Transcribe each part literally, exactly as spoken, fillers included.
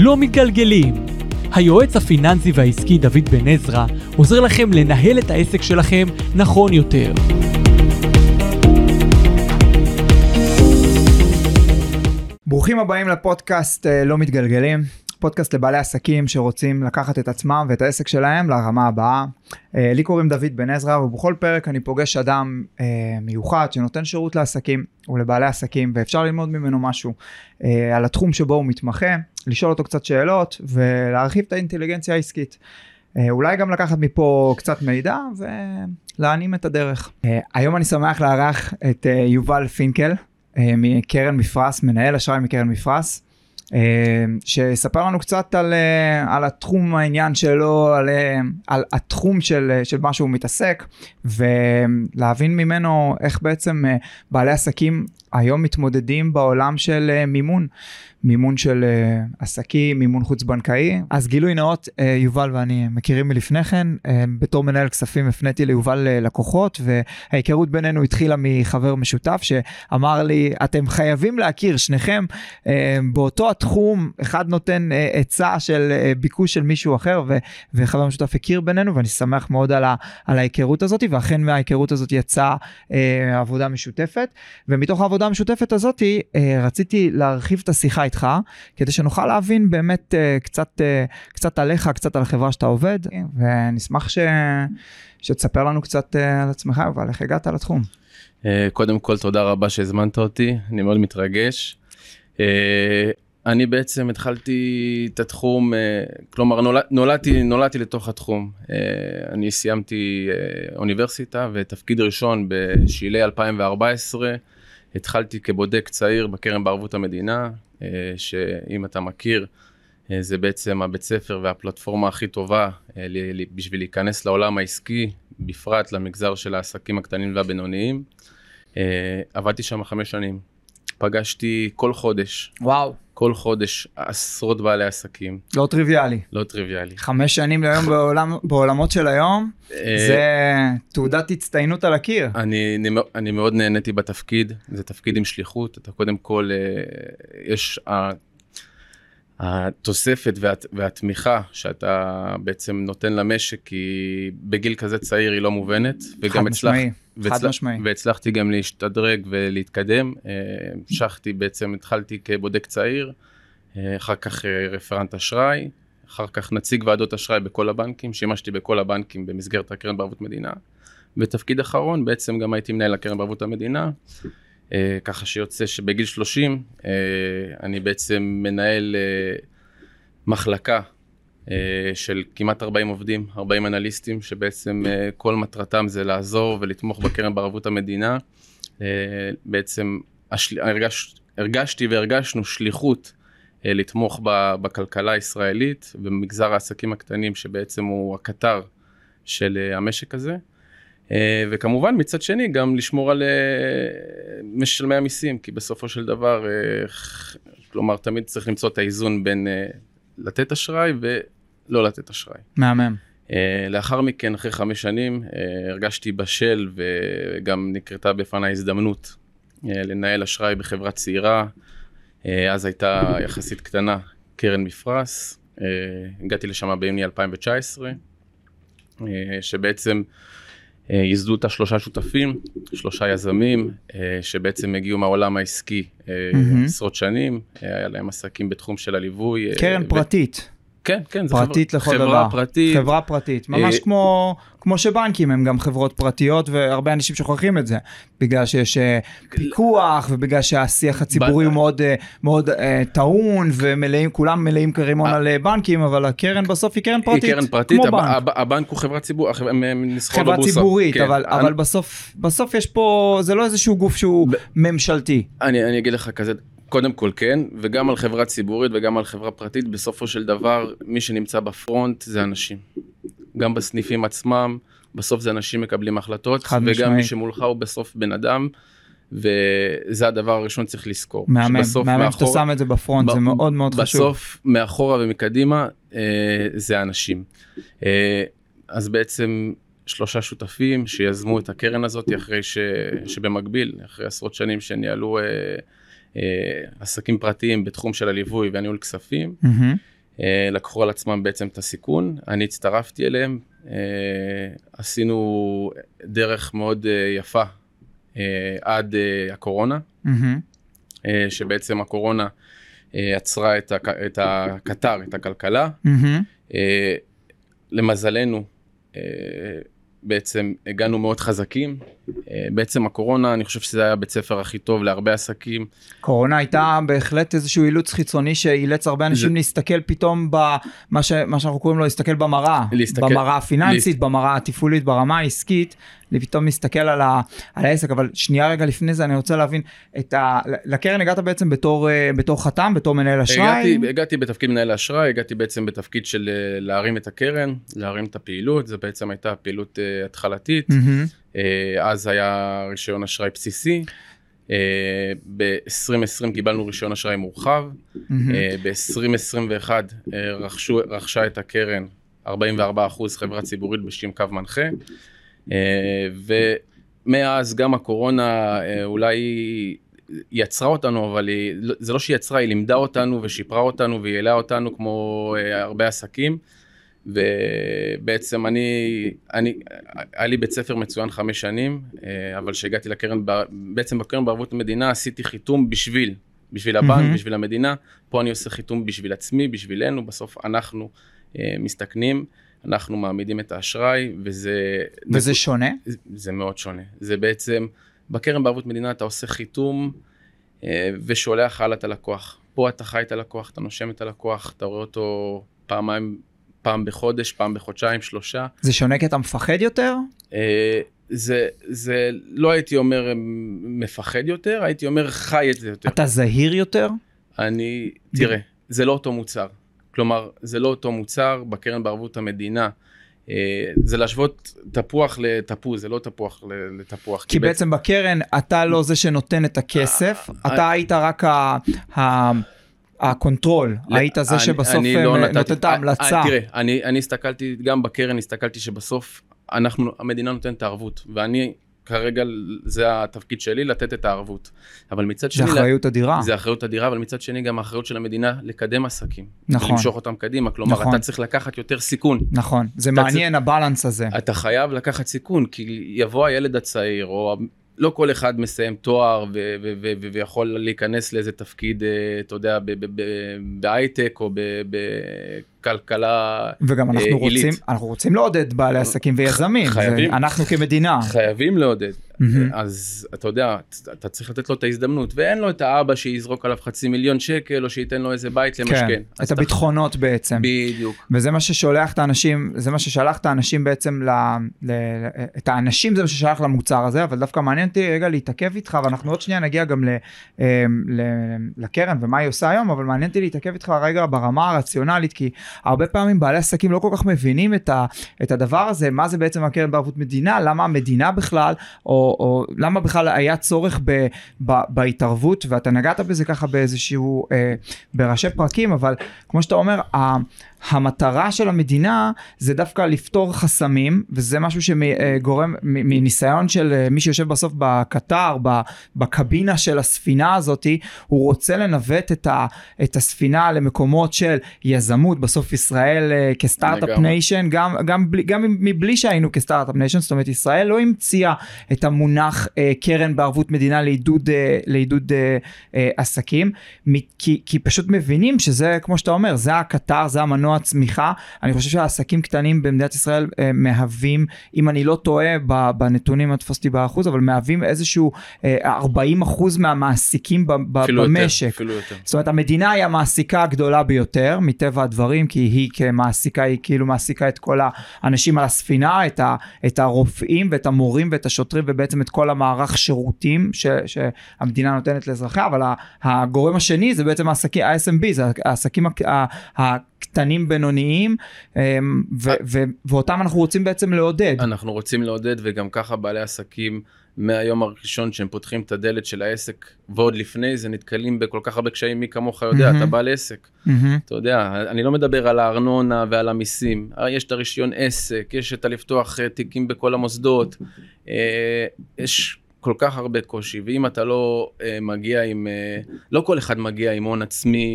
לא מתגלגלים. היועץ הפיננסי והעסקי דוד בן עזרא עוזר לכם לנהל את העסק שלכם נכון יותר. ברוכים הבאים לפודקאסט לא מתגלגלים, פודקאסט לבעלי עסקים שרוצים לקחת את עצמם ואת העסק שלהם לרמה הבאה. לי קוראים דוד בן עזרא, ובכל פרק אני פוגש אדם מיוחד שנותן שירות לעסקים ולבעלי עסקים, ואפשר ללמוד ממנו משהו על התחום שבו הוא מתמחה, לשאול אותו קצת שאלות ולהרחיב את האינטליגנציה העסקית. אולי גם לקחת מפה קצת מידע ולהנים את הדרך. היום אני שמח לארח את יובל פינקל מקרן מפרש, מנהל אשראי מקרן מפרש, שיספר לנו קצת על, על התחום העניין שלו, על, על התחום של, של מה שהוא מתעסק, ולהבין ממנו איך בעצם בעלי עסקים היום מתמודדים בעולם של מימון, מימון של עסקים, מימון חוץ בנקאי. אז גילוי נאות, יובל ואני מכירים מלפני כן, בתור מנהל כספים הפניתי ליובל לקוחות, וההיכרות בינינו התחילה מחבר משותף שאמר לי, אתם חייבים להכיר שניכם באותו התחום, אחד נותן עצה של ביקוש של מישהו אחר, וחבר משותף הכיר בינינו, ואני שמח מאוד על, ה, על ההיכרות הזאת, ואכן מההיכרות הזאת יצאה עבודה משותפת, ומתוך העבודה המשותפת הזאת רציתי להרחיב את השיחה איתך, כדי שנוכל להבין באמת קצת, קצת עליך, קצת על החברה שאתה עובד, ונשמח ש... שתספר לנו קצת על עצמך, אבל איך הגעת לתחום. קודם כל, תודה רבה שהזמנת אותי, אני מאוד מתרגש. אני בעצם התחלתי את התחום, כלומר נולדתי, נולדתי לתוך התחום. אני סיימתי אוניברסיטה ותפקיד ראשון בשלהי אלפיים וארבע עשרה, התחלתי כבודק צעיר בקרן בערבות המדינה, שאם אתה מכיר, זה בעצם הבית ספר והפלטפורמה הכי טובה בשביל להיכנס לעולם העסקי, בפרט למגזר של העסקים הקטנים והבינוניים. עבדתי שם חמש שנים. פגשתי כל חודש. וואו. כל חודש עשרות בעלי עסקים. לא טריוויאלי. לא טריוויאלי. חמש שנים ליום בעולם, בעולמות של היום, זה תעודת הצטיינות על הקיר. אני, אני, אני מאוד נהניתי בתפקיד, זה תפקיד עם שליחות, אתה קודם כל, יש התוספת וה, והתמיכה שאתה בעצם נותן למשק, כי בגיל כזה צעיר היא לא מובנת, וגם הצלח, והצלח, והצלחתי גם להשתדרג ולהתקדם. המשכתי בעצם, התחלתי כבודק צעיר, אחר כך רפרנט אשראי, אחר כך נציג ועדות אשראי בכל הבנקים, שימשתי בכל הבנקים במסגרת הקרן בערבות מדינה, ותפקיד אחרון בעצם גם הייתי מנהל הקרן בערבות המדינה, ככה שיוצא שבגיל שלושים אני בעצם מנהל מחלקה של כמעט ארבעים עובדים, ארבעים אנליסטים, שבעצם כל מטרתם זה לעזור ולתמוך בקרן בערבות המדינה. בעצם הרגש, הרגשתי והרגשנו שליחות לתמוך בכלכלה הישראלית ובמגזר העסקים הקטנים, שבעצם הוא הקטר של המשק הזה. וכמובן מצד שני גם לשמור על משלמי המיסים, כי בסופו של דבר, כלומר תמיד צריך למצוא את האיזון בין לתת אשראי ולא לתת אשראי. מהמם. לאחר מכן, אחרי חמש שנים, הרגשתי בשל וגם נקרתה בפני הזדמנות לנהל אשראי בחברה צעירה. אז הייתה יחסית קטנה, קרן מפרש. הגעתי לשם ביוני אלפיים תשע עשרה, שבעצם ייסדו אותה שלושה שותפים, שלושה יזמים, שבעצם הגיעו מהעולם העסקי עשרות שנים, היה להם עסקים בתחום של הליווי. קרן פרטית. כן, כן, זה פרטית לכל דבר. חברה פרטית. חברה פרטית, ממש כמו, כמו שבנקים הם גם חברות פרטיות, והרבה אנשים שוכחים את זה, בגלל שיש פיקוח, ובגלל שהשיח הציבורי הוא מאוד, מאוד טעון, ומלאים, כולם מלאים כרימון על בנקים, אבל הקרן בסוף היא קרן פרטית. היא קרן פרטית, הבנק הוא חברה ציבורית, חברה ציבורית, אבל, אבל בסוף, בסוף יש פה, זה לא איזשהו גוף שהוא ממשלתי. אני, אני אגיד לך כזה, קודם כל כן, וגם על חברה ציבורית וגם על חברה פרטית, בסופו של דבר, מי שנמצא בפרונט זה אנשים. גם בסניפים עצמם, בסוף זה אנשים מקבלים החלטות, וגם משמעי. מי שמולך הוא בסוף בן אדם, וזה הדבר הראשון צריך לזכור. מהמם, מהמם שאתה שם את זה בפרונט, ב- זה מאוד מאוד בסוף, חשוב. בסוף, מאחורה ומקדימה, אה, זה אנשים. אה, אז בעצם שלושה שותפים שיזמו את הקרן הזאת, אחרי ש, שבמקביל, אחרי עשרות שנים שניהלו אה, אה, עסקים פרטיים בתחום של הליווי והניהול כספים, mm-hmm. לקחו על עצמם בעצם את הסיכון, אני הצטרפתי אליהם, עשינו דרך מאוד יפה עד הקורונה, mm-hmm. שבעצם הקורונה עצרה את, הק... את הקטר, את הכלכלה. Mm-hmm. למזלנו, בעצם הגענו מאוד חזקים. בעצם הקורונה, אני חושב שזה היה בית ספר הכי טוב להרבה עסקים. קורונה הייתה בהחלט איזשהו אילוץ חיצוני שאילץ הרבה אנשים זה... להסתכל פתאום במה ש... מה שאנחנו קוראים לו, להסתכל במראה. להסתכל... במראה הפיננסית, להסת... במראה התפעולית, ברמה העסקית. לפתאום מסתכל על, ה... על העסק, אבל שנייה רגע לפני זה אני רוצה להבין, את ה... לקרן הגעת בעצם בתור, בתור חתם, בתור מנהל אשראי? הגעתי, הגעתי בתפקיד מנהל אשראי, הגעתי בעצם בתפקיד של להרים את הקרן, להרים את הפעילות, זה בעצם הייתה פעילות uh, התחלתית, mm-hmm. uh, אז היה רישיון אשראי בסיסי, uh, ב-עשרים עשרים קיבלנו רישיון אשראי מורחב, mm-hmm. uh, ב-עשרים עשרים ואחת uh, רכשו, רכשה את הקרן ארבעים וארבעה אחוז חברה ציבורית בשם קו מנחה, ומאז גם הקורונה אולי יצרה אותנו, אבל היא, זה לא שהיא יצרה, היא לימדה אותנו ושיפרה אותנו והעלה אותנו כמו הרבה עסקים, ובעצם אני, אני, היה לי בית ספר מצוין חמש שנים, אבל שהגעתי לקרן, בעצם בקרן בערבות המדינה עשיתי חיתום בשביל, בשביל הבנק, בשביל המדינה, פה אני עושה חיתום בשביל עצמי, בשבילנו, בסוף אנחנו מסתכנים, אנחנו מעמידים את האשראי, וזה... וזה שונה? זה, זה מאוד שונה. זה בעצם, בקרן בערבות מדינה אתה עושה חיתום, ושולח הלאה את הלקוח. פה אתה חי את הלקוח, אתה נושם את הלקוח, אתה רואה אותו פעמיים, פעם בחודש, פעם בחודשיים, שלושה. זה שונה כי אתה מפחד יותר? זה, זה לא הייתי אומר מפחד יותר, הייתי אומר חי את זה יותר. אתה זהיר יותר? אני, תראה, זה לא אותו מוצר. כלומר, זה לא אותו מוצר, בקרן בערבות המדינה, זה להשוות תפוח לתפוז, זה לא תפוח לתפוח. כי בעצם בקרן, אתה לא זה שנותן את הכסף, אתה היית רק הקונטרול, היית זה שבסוף נותן את ההמלצה. תראה, אני הסתכלתי, גם בקרן הסתכלתי שבסוף, המדינה נותנת את הערבות, ואני... כרגע זה התפקיד שלי לתת את הערבות. אבל מצד שני... זה אחריות אדירה. זה אחריות אדירה, אבל מצד שני גם האחריות של המדינה לקדם עסקים. נכון. ולמשוך אותם קדימה. כלומר, נכון. אתה צריך לקחת יותר סיכון. נכון. זה מעניין צריך, הבלנס הזה. אתה חייב לקחת סיכון, כי יבוא הילד הצעיר, או לא כל אחד מסיים תואר, ו- ו- ו- ו- ויכול להיכנס לאיזה תפקיד, אתה יודע, בהייטק, או בכלכלה עילית. וגם אנחנו רוצים, אנחנו רוצים לעודד בעלי עסקים ויזמים. חייבים. אנחנו כמדינה. חייבים לעודד. אז אתה יודע, אתה צריך לתת לו את ההזדמנות, ואין לו את האבא שיזרוק עליו חצי מיליון שקל, או שייתן לו איזה בית למשכן. כן, את הביטחונות בעצם. בדיוק. וזה מה ששולח את האנשים, זה מה ששלח את האנשים בעצם, את האנשים זה מה ששלח למוצר הזה, אבל דווקא מעניין אותי רגע להתעכב איתך, ואנחנו עוד שנייה נגיע גם לקרן, ומה היא עושה היום, אבל מעניין אותי להתעכב איתך רגע ברמה הרציונלית, כי הרבה פעמים בעלי עסקים לא כל כך מבינים את הדבר הזה, מה זה בעצם הקרן בערבות מדינה, למה המדינה בכלל, או או למה בכלל היה צורך ב, ב, בהתערבות, ואתה נגעת בזה ככה באיזשהו, אה, בראשי פרקים, אבל כמו שאתה אומר, ה, המטרה של המדינה זה דווקא לפתור חסמים, וזה משהו שגורם מניסיון של מי שיושב בסוף בקטר, בקבינה של הספינה הזאת, הוא רוצה לנווט את, ה, את הספינה למקומות של יזמות, בסוף ישראל כסטארט-אפ ניישן, גם, גם, גם מבלי שהיינו כסטארט-אפ ניישן, זאת אומרת ישראל לא המציאה את המונח קרן בערבות מדינה לעידוד, לעידוד עסקים, כי, כי פשוט מבינים שזה, כמו שאתה אומר, זה הקטר, זה המנוע הצמיחה. אני חושב שהעסקים קטנים במדינת ישראל אה, מהווים, אם אני לא טועה בנתונים, התפסתי באחוז, אבל מהווים איזשהו אה, ארבעים אחוז מהמעסיקים ב, ב, אפילו במשק. יותר, אפילו יותר. זאת אומרת, המדינה היא המעסיקה הגדולה ביותר, מטבע הדברים, כי היא כמעסיקה, היא כאילו מעסיקה את כל האנשים על הספינה, את, ה, את הרופאים ואת המורים ואת השוטרים, ובעצם את כל המערך שירותים ש, שהמדינה נותנת לאזרחיה, אבל הגורם השני זה בעצם העסקים, ה-אס אם בי, זה העסקים הקטנים בינוניים, ו- ו- ואותם אנחנו רוצים בעצם לעודד. אנחנו רוצים לעודד, וגם ככה בעלי עסקים, מהיום הראשון שהם פותחים את הדלת של העסק, ועוד לפני זה נתקלים בכל כך הרבה קשיים, מי כמוך יודע, אתה בעל עסק. אתה יודע, אני לא מדבר על הארנונה ועל המיסים, יש את הרישיון עסק, יש את לפתוח תיקים בכל המוסדות, יש כל כך הרבה קושי, ואם אתה לא מגיע עם, לא כל אחד מגיע עם הון עצמי,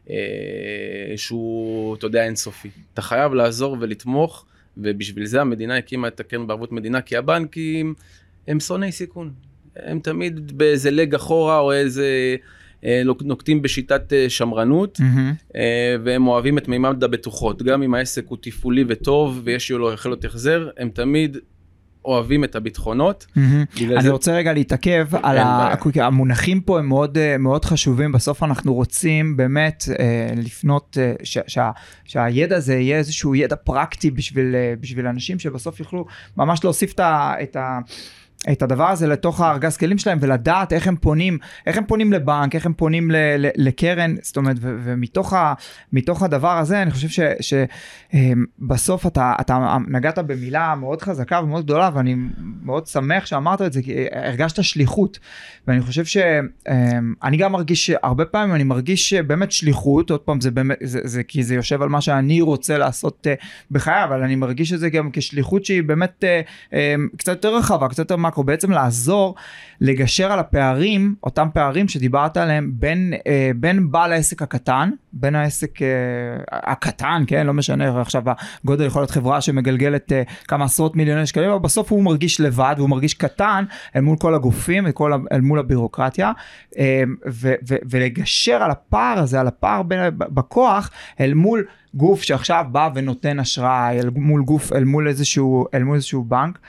שהוא, אתה יודע, אינסופי. אתה חייב לעזור ולתמוך, ובשביל זה המדינה הקימה את הקרן בערבות מדינה, כי הבנקים הם שונאי סיכון. הם תמיד באיזה לג אחורה, או איזה נוקטים בשיטת שמרנות, mm-hmm. והם אוהבים את מימד הבטוחות. גם אם העסק הוא תפעולי וטוב, ויש לו יכולות החזר, הם תמיד אוהבים את הביטחונות. אני רוצה רגע להתעכב על המונחים פה, הם מאוד חשובים. בסוף אנחנו רוצים באמת לפנות, שהידע הזה יהיה איזשהו ידע פרקטי בשביל אנשים שבסוף יוכלו ממש להוסיף את ה... את הדבר הזה לתוך הארגז כלים שלהם, ולדעת איך הם פונים, איך הם פונים לבנק, איך הם פונים ל- ל- לקרן, זאת אומרת, ו- ומתוך ה- מתוך הדבר הזה, אני חושב ש- שבסוף אתה, אתה נגעת במילה מאוד חזקה ומאוד גדולה, ואני מאוד שמח שאמרת את זה, כי הרגשת שליחות, ואני חושב שאני גם מרגיש, הרבה פעמים אני מרגיש באמת שליחות, עוד פעם זה באמת, זה, זה, כי זה יושב על מה שאני רוצה לעשות בחיי, אבל אני מרגיש את זה גם כשליחות שהיא באמת קצת יותר רחבה, קצת יותר מקרו, בעצם לעזור לגשר על הפערים, אותם פערים שדיברת עליהם, בין, אה, בין בעל העסק הקטן, בין העסק אה, הקטן, כן, לא משנה, עכשיו הגודל יכול להיות חברה שמגלגלת אה, כמה עשרות מיליוני שקלים, אבל בסוף הוא מרגיש לבד, והוא מרגיש קטן אל מול כל הגופים, אל, כל, אל מול הבירוקרטיה, אה, ו, ו, ולגשר על הפער הזה, על הפער בין, בכוח, אל מול גוף שעכשיו בא ונותן אשראי, אל מול גוף, אל מול איזשהו, אל מול איזשהו בנק,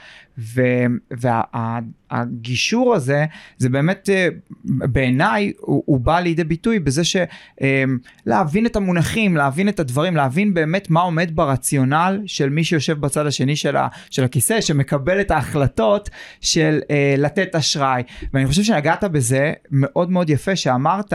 והגישור הזה, זה באמת, בעיניי, הוא, הוא בא לידי ביטוי בזה שלהבין את המונחים, להבין את הדברים, להבין באמת מה עומד ברציונל של מי שיושב בצד השני של, ה, של הכיסא, שמקבל את ההחלטות של לתת אשראי. ואני חושב שנגעת בזה מאוד מאוד יפה, שאמרת,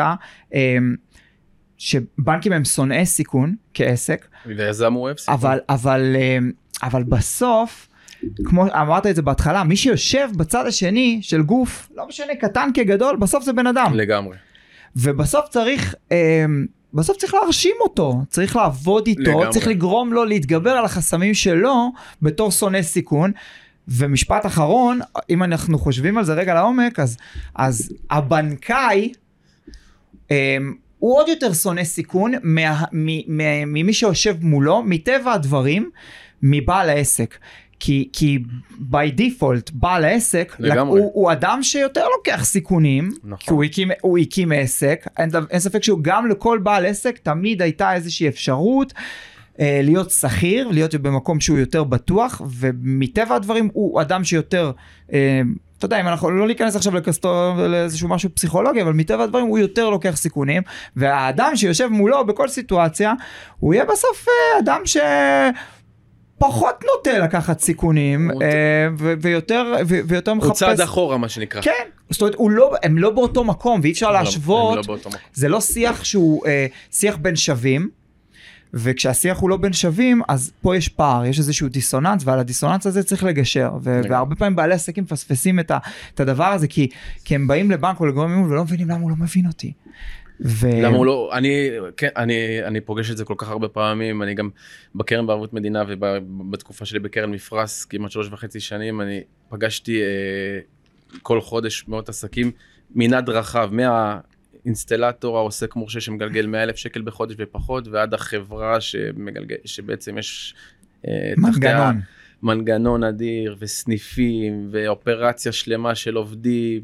שבנקים הם שונאי סיכון כעסק. ויזם הוא אוהב סיכון. אבל, אבל, אבל בסוף, כמו אמרת את זה בהתחלה, מי שיושב בצד השני של גוף, לא משנה קטן כגדול, בסוף זה בן אדם. לגמרי. ובסוף צריך, בסוף צריך להרשים אותו, צריך לעבוד איתו, לגמרי. צריך לגרום לו להתגבר על החסמים שלו, בתור שונא סיכון. ומשפט אחרון, אם אנחנו חושבים על זה רגע לעומק, אז, אז הבנקאי, הוא עוד יותר שונא סיכון ממי שיושב מולו, מטבע הדברים, מבעל העסק. כי, כי by default, בעל העסק, הוא, הוא אדם שיותר לוקח סיכונים, נכון. כי הוא הקים, הוא הקים עסק, אין, אין ספק שהוא גם לכל בעל עסק, תמיד הייתה איזושהי אפשרות, אה, להיות שכיר, להיות במקום שהוא יותר בטוח, ומטבע הדברים הוא אדם שיותר, אה, אתה יודע, אם אנחנו לא ניכנס עכשיו לקסטו, לאיזשהו משהו פסיכולוגי, אבל מטבע הדברים הוא יותר לוקח סיכונים, והאדם שיושב מולו בכל סיטואציה, הוא יהיה בסוף אה, אדם ש... פחות נוטה לקחת סיכונים, ויותר מחפש... הוא צעד אחורה, מה שנקרא. כן, זאת אומרת, הם לא באותו מקום, ואי אפשר להשוות, זה לא שיח שהוא שיח בין שווים, וכשהשיח הוא לא בין שווים, אז פה יש פער, יש איזשהו דיסוננס, ועל הדיסוננס הזה צריך לגשר, והרבה פעמים בעלי עסקים מפספסים את הדבר הזה, כי הם באים לבנק או לגורם מימון, ולא מבינים למה הוא לא מבין אותי. ו... למה הוא לא, אני, כן, אני, אני פוגש את זה כל כך הרבה פעמים, אני גם בקרן בערבות מדינה ובתקופה שלי בקרן מפרס, כמעט שלוש וחצי שנים, אני פגשתי אה, כל חודש מאות עסקים, מנעד רחב, מהאינסטלטור, העוסק מורשה שמגלגל מאה אלף שקל בחודש ופחות, ועד החברה שמגלגל, שבעצם יש אה, מנגנון. מנגנון אדיר וסניפים ואופרציה שלמה של עובדים,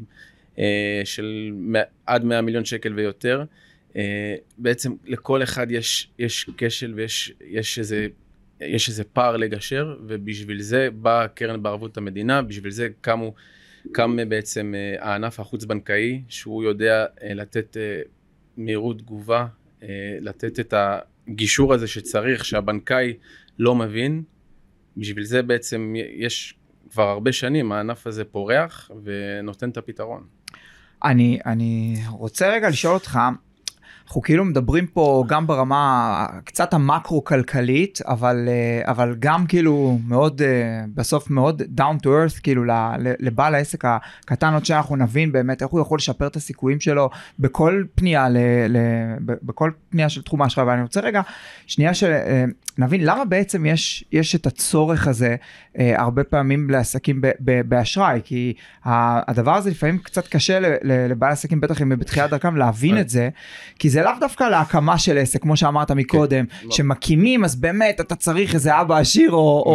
של עד מאה מיליון שקל ויותר. בעצם לכל אחד יש, יש כשל ויש, יש איזה, יש איזה פער לגשר, ובשביל זה באה קרן בערבות המדינה, בשביל זה קמו, קם בעצם הענף החוץ בנקאי, שהוא יודע לתת מהירות תגובה, לתת את הגישור הזה שצריך, שהבנקאי לא מבין. בשביל זה בעצם יש כבר הרבה שנים, הענף הזה פורח ונותן את הפתרון. אני, אני רוצה רגע לשאול אותך, אנחנו כאילו מדברים פה גם ברמה קצת המקרו-כלכלית, אבל, אבל גם כאילו מאוד, בסוף מאוד down to earth, כאילו לבעל העסק הקטן, עוד שאנחנו נבין באמת איך הוא יכול לשפר את הסיכויים שלו בכל פנייה, ל, ל, בכל פנייה של תחום האשראי. ואני רוצה רגע, שנייה שנבין למה בעצם יש, יש את הצורך הזה הרבה פעמים לעסקים ב, ב, באשראי, כי הדבר הזה לפעמים קצת קשה לבעל עסקים, בטח אם בתחילת דרכם להבין את זה, כי זה לאו דווקא להקמה של עסק, כמו שאמרת מקודם, שמקימים, אז באמת אתה צריך איזה אבא עשיר,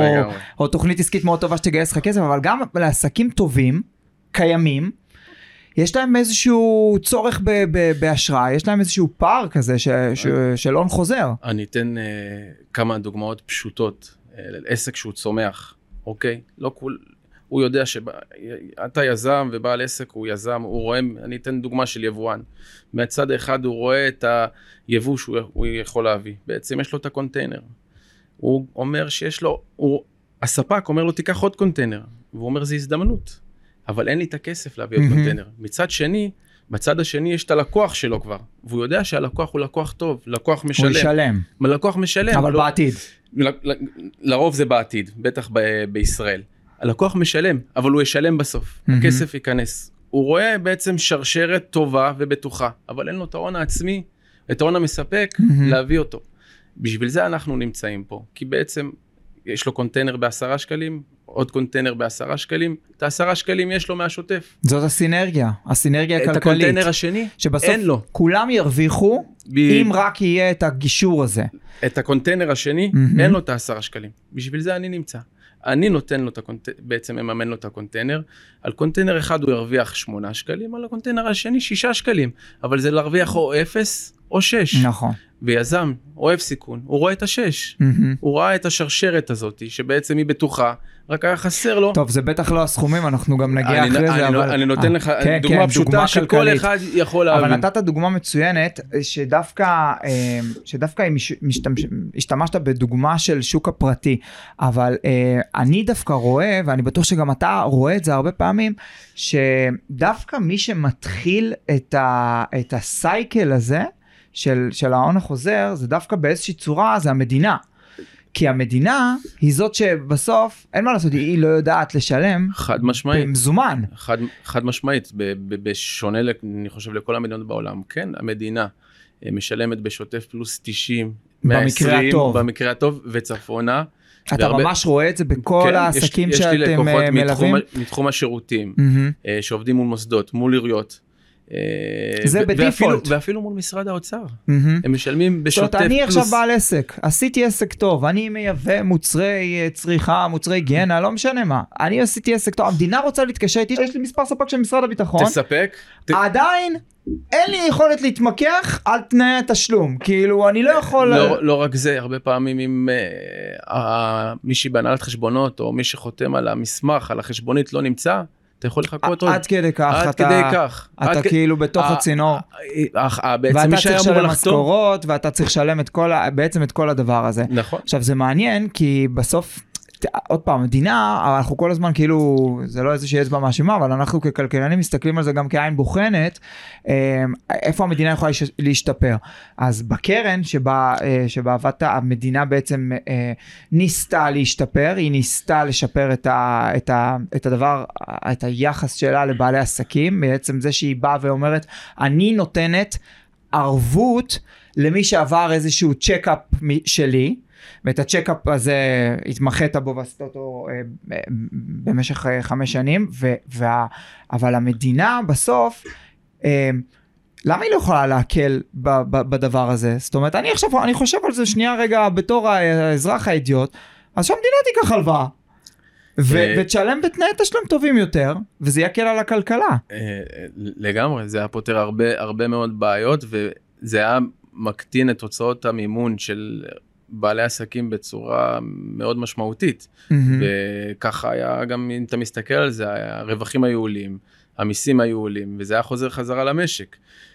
או תוכנית עסקית מאוד טובה שתגייס לך כסף, אבל גם לעסקים טובים, קיימים, יש להם איזשהו צורך באשראי, יש להם איזשהו פער כזה של הון חוזר. אני אתן כמה דוגמאות פשוטות, עסק שהוא צומח, אוקיי? לא כול... הוא יודע שאתה יזם ובעל עסק הוא יזם, הוא רואה, אני אתן דוגמה של יבואן. מהצד אחד הוא רואה את היבוא שהוא יכול להביא. בעצם יש לו את הקונטיינר. הוא אומר שיש לו, הוא, הספק אומר לו תיקח עוד קונטיינר. והוא אומר זה הזדמנות. אבל אין לי את הכסף להביא עוד קונטיינר. מצד שני, בצד השני יש את הלקוח שלו כבר. והוא יודע שהלקוח הוא לקוח טוב, לקוח משלם. הוא ישלם. לקוח משלם. אבל לא, בעתיד. ל, ל, לרוב זה בעתיד, בטח ב, בישראל. הלקוח משלם, אבל הוא ישלם בסוף. Mm-hmm. הכסף ייכנס. הוא רואה בעצם שרשרת טובה ובטוחה, אבל אין לו את ההון העצמי, את ההון המספק, mm-hmm. להביא אותו. בשביל זה אנחנו נמצאים פה, כי בעצם יש לו קונטיינר בעשרה שקלים, עוד קונטיינר בעשרה שקלים, את העשרה שקלים יש לו מהשוטף. זאת הסינרגיה, הסינרגיה הכלכלית. את הקונטיינר השני, שבסוף אין לו. כולם ירוויחו, ב... אם רק יהיה את הגישור הזה. את הקונטיינר השני, mm-hmm. אין לו את העשרה שקלים. בשביל זה אני נמצא. אני נותן לו את הקונטיינר, בעצם מממן לו את הקונטיינר, על קונטיינר אחד הוא ירוויח שמונה שקלים, על הקונטיינר השני שישה שקלים, אבל זה להרוויח או אפס או שש. נכון. ויזם, אוהב סיכון, הוא רואה את השש, mm-hmm. הוא ראה את השרשרת הזאת, שבעצם היא בטוחה, רק היה חסר לו. טוב, זה בטח לא הסכומים, אנחנו גם נגיע אני, אחרי אני, זה, אני, אבל... אני נותן לך כן, דוגמה כן, פשוטה דוגמה שכל כלכלית. אחד יכול להבין. אבל נתת דוגמה מצוינת, שדווקא, שדווקא משתמש, השתמשת בדוגמה של שוק הפרטי, אבל אני דווקא רואה, ואני בטוח שגם אתה רואה את זה הרבה פעמים, שדווקא מי שמתחיל את, ה, את הסייקל הזה, של, של ההון החוזר, זה דווקא באיזושהי צורה, זה המדינה. כי המדינה היא זאת שבסוף, אין מה לעשות, היא לא יודעת לשלם. חד משמעית. במזומן. חד, חד משמעית, בשונה, אני חושב, לכל המדינות בעולם. כן, המדינה משלמת בשוטף פלוס תשעים, במקרה העשרים, הטוב. במקרה הטוב, וצפונה. אתה והרבה... ממש רואה את זה בכל כן, העסקים יש, שאתם יש לי לקוחות מלווים? מתחום, מתחום השירותים, mm-hmm. שעובדים מול מוסדות, מול עיריות. זה בדיפולט. ואפילו מול משרד האוצר. הם משלמים בשוטף פלוס. אני עכשיו בעל עסק, עשיתי עסק טוב, אני מייבא מוצרי צריכה, מוצרי היגיינה, לא משנה מה. אני עשיתי עסק טוב, המדינה רוצה להתקשר איתי, יש לי מספר ספק של משרד הביטחון. תספק. עדיין אין לי יכולת להתמקח על תנאי התשלום. כאילו, אני לא יכול... לא רק זה, הרבה פעמים אם מישהי בהנהלת חשבונות, או מי שחותם על המסמך, על החשבונית לא נמצא, אתה יכול לחכות עוד. עד כדי כך. עד כדי כך. אתה כאילו בתוך הצינור. בעצם מי שהיה אמור לחתום. ואתה צריך לשלם משכורות, ואתה צריך לשלם בעצם את כל הדבר הזה. נכון. עכשיו זה מעניין, כי בסוף, עוד פעם, מדינה, אנחנו כל הזמן כאילו, זה לא איזושהי אצבע מאשימה, אבל אנחנו ככלכלנים מסתכלים על זה גם כעין בוחנת, איפה המדינה יכולה להשתפר. אז בקרן שבה, שבה עבדת, המדינה בעצם ניסתה להשתפר, היא ניסתה לשפר את, ה, את, ה, את הדבר, את היחס שלה לבעלי עסקים, בעצם זה שהיא באה ואומרת, אני נותנת ערבות למי שעבר איזשהו צ'קאפ שלי, ואת הצ'קאפ הזה התמחת בו ועשית אותו אה, במשך אה, חמש שנים, ו, וה, אבל המדינה בסוף, אה, למה היא לא יכולה להקל ב, ב, בדבר הזה? זאת אומרת, אני עכשיו, אני חושב על זה שנייה רגע בתור האזרח האידיוט, אז שהמדינה תיקח הלוואה, ו- ותשלם בתנאי תשלום טובים יותר, וזה יקל על הכלכלה. לגמרי, זה היה פותר הרבה, הרבה מאוד בעיות, וזה היה מקטין את תוצאות המימון של בעלי עסקים בצורה מאוד משמעותית, mm-hmm. וככה היה גם, אם אתה מסתכל על זה, הרווחים היו עולים, המיסים היו עולים, וזה היה חוזר חזרה למשק.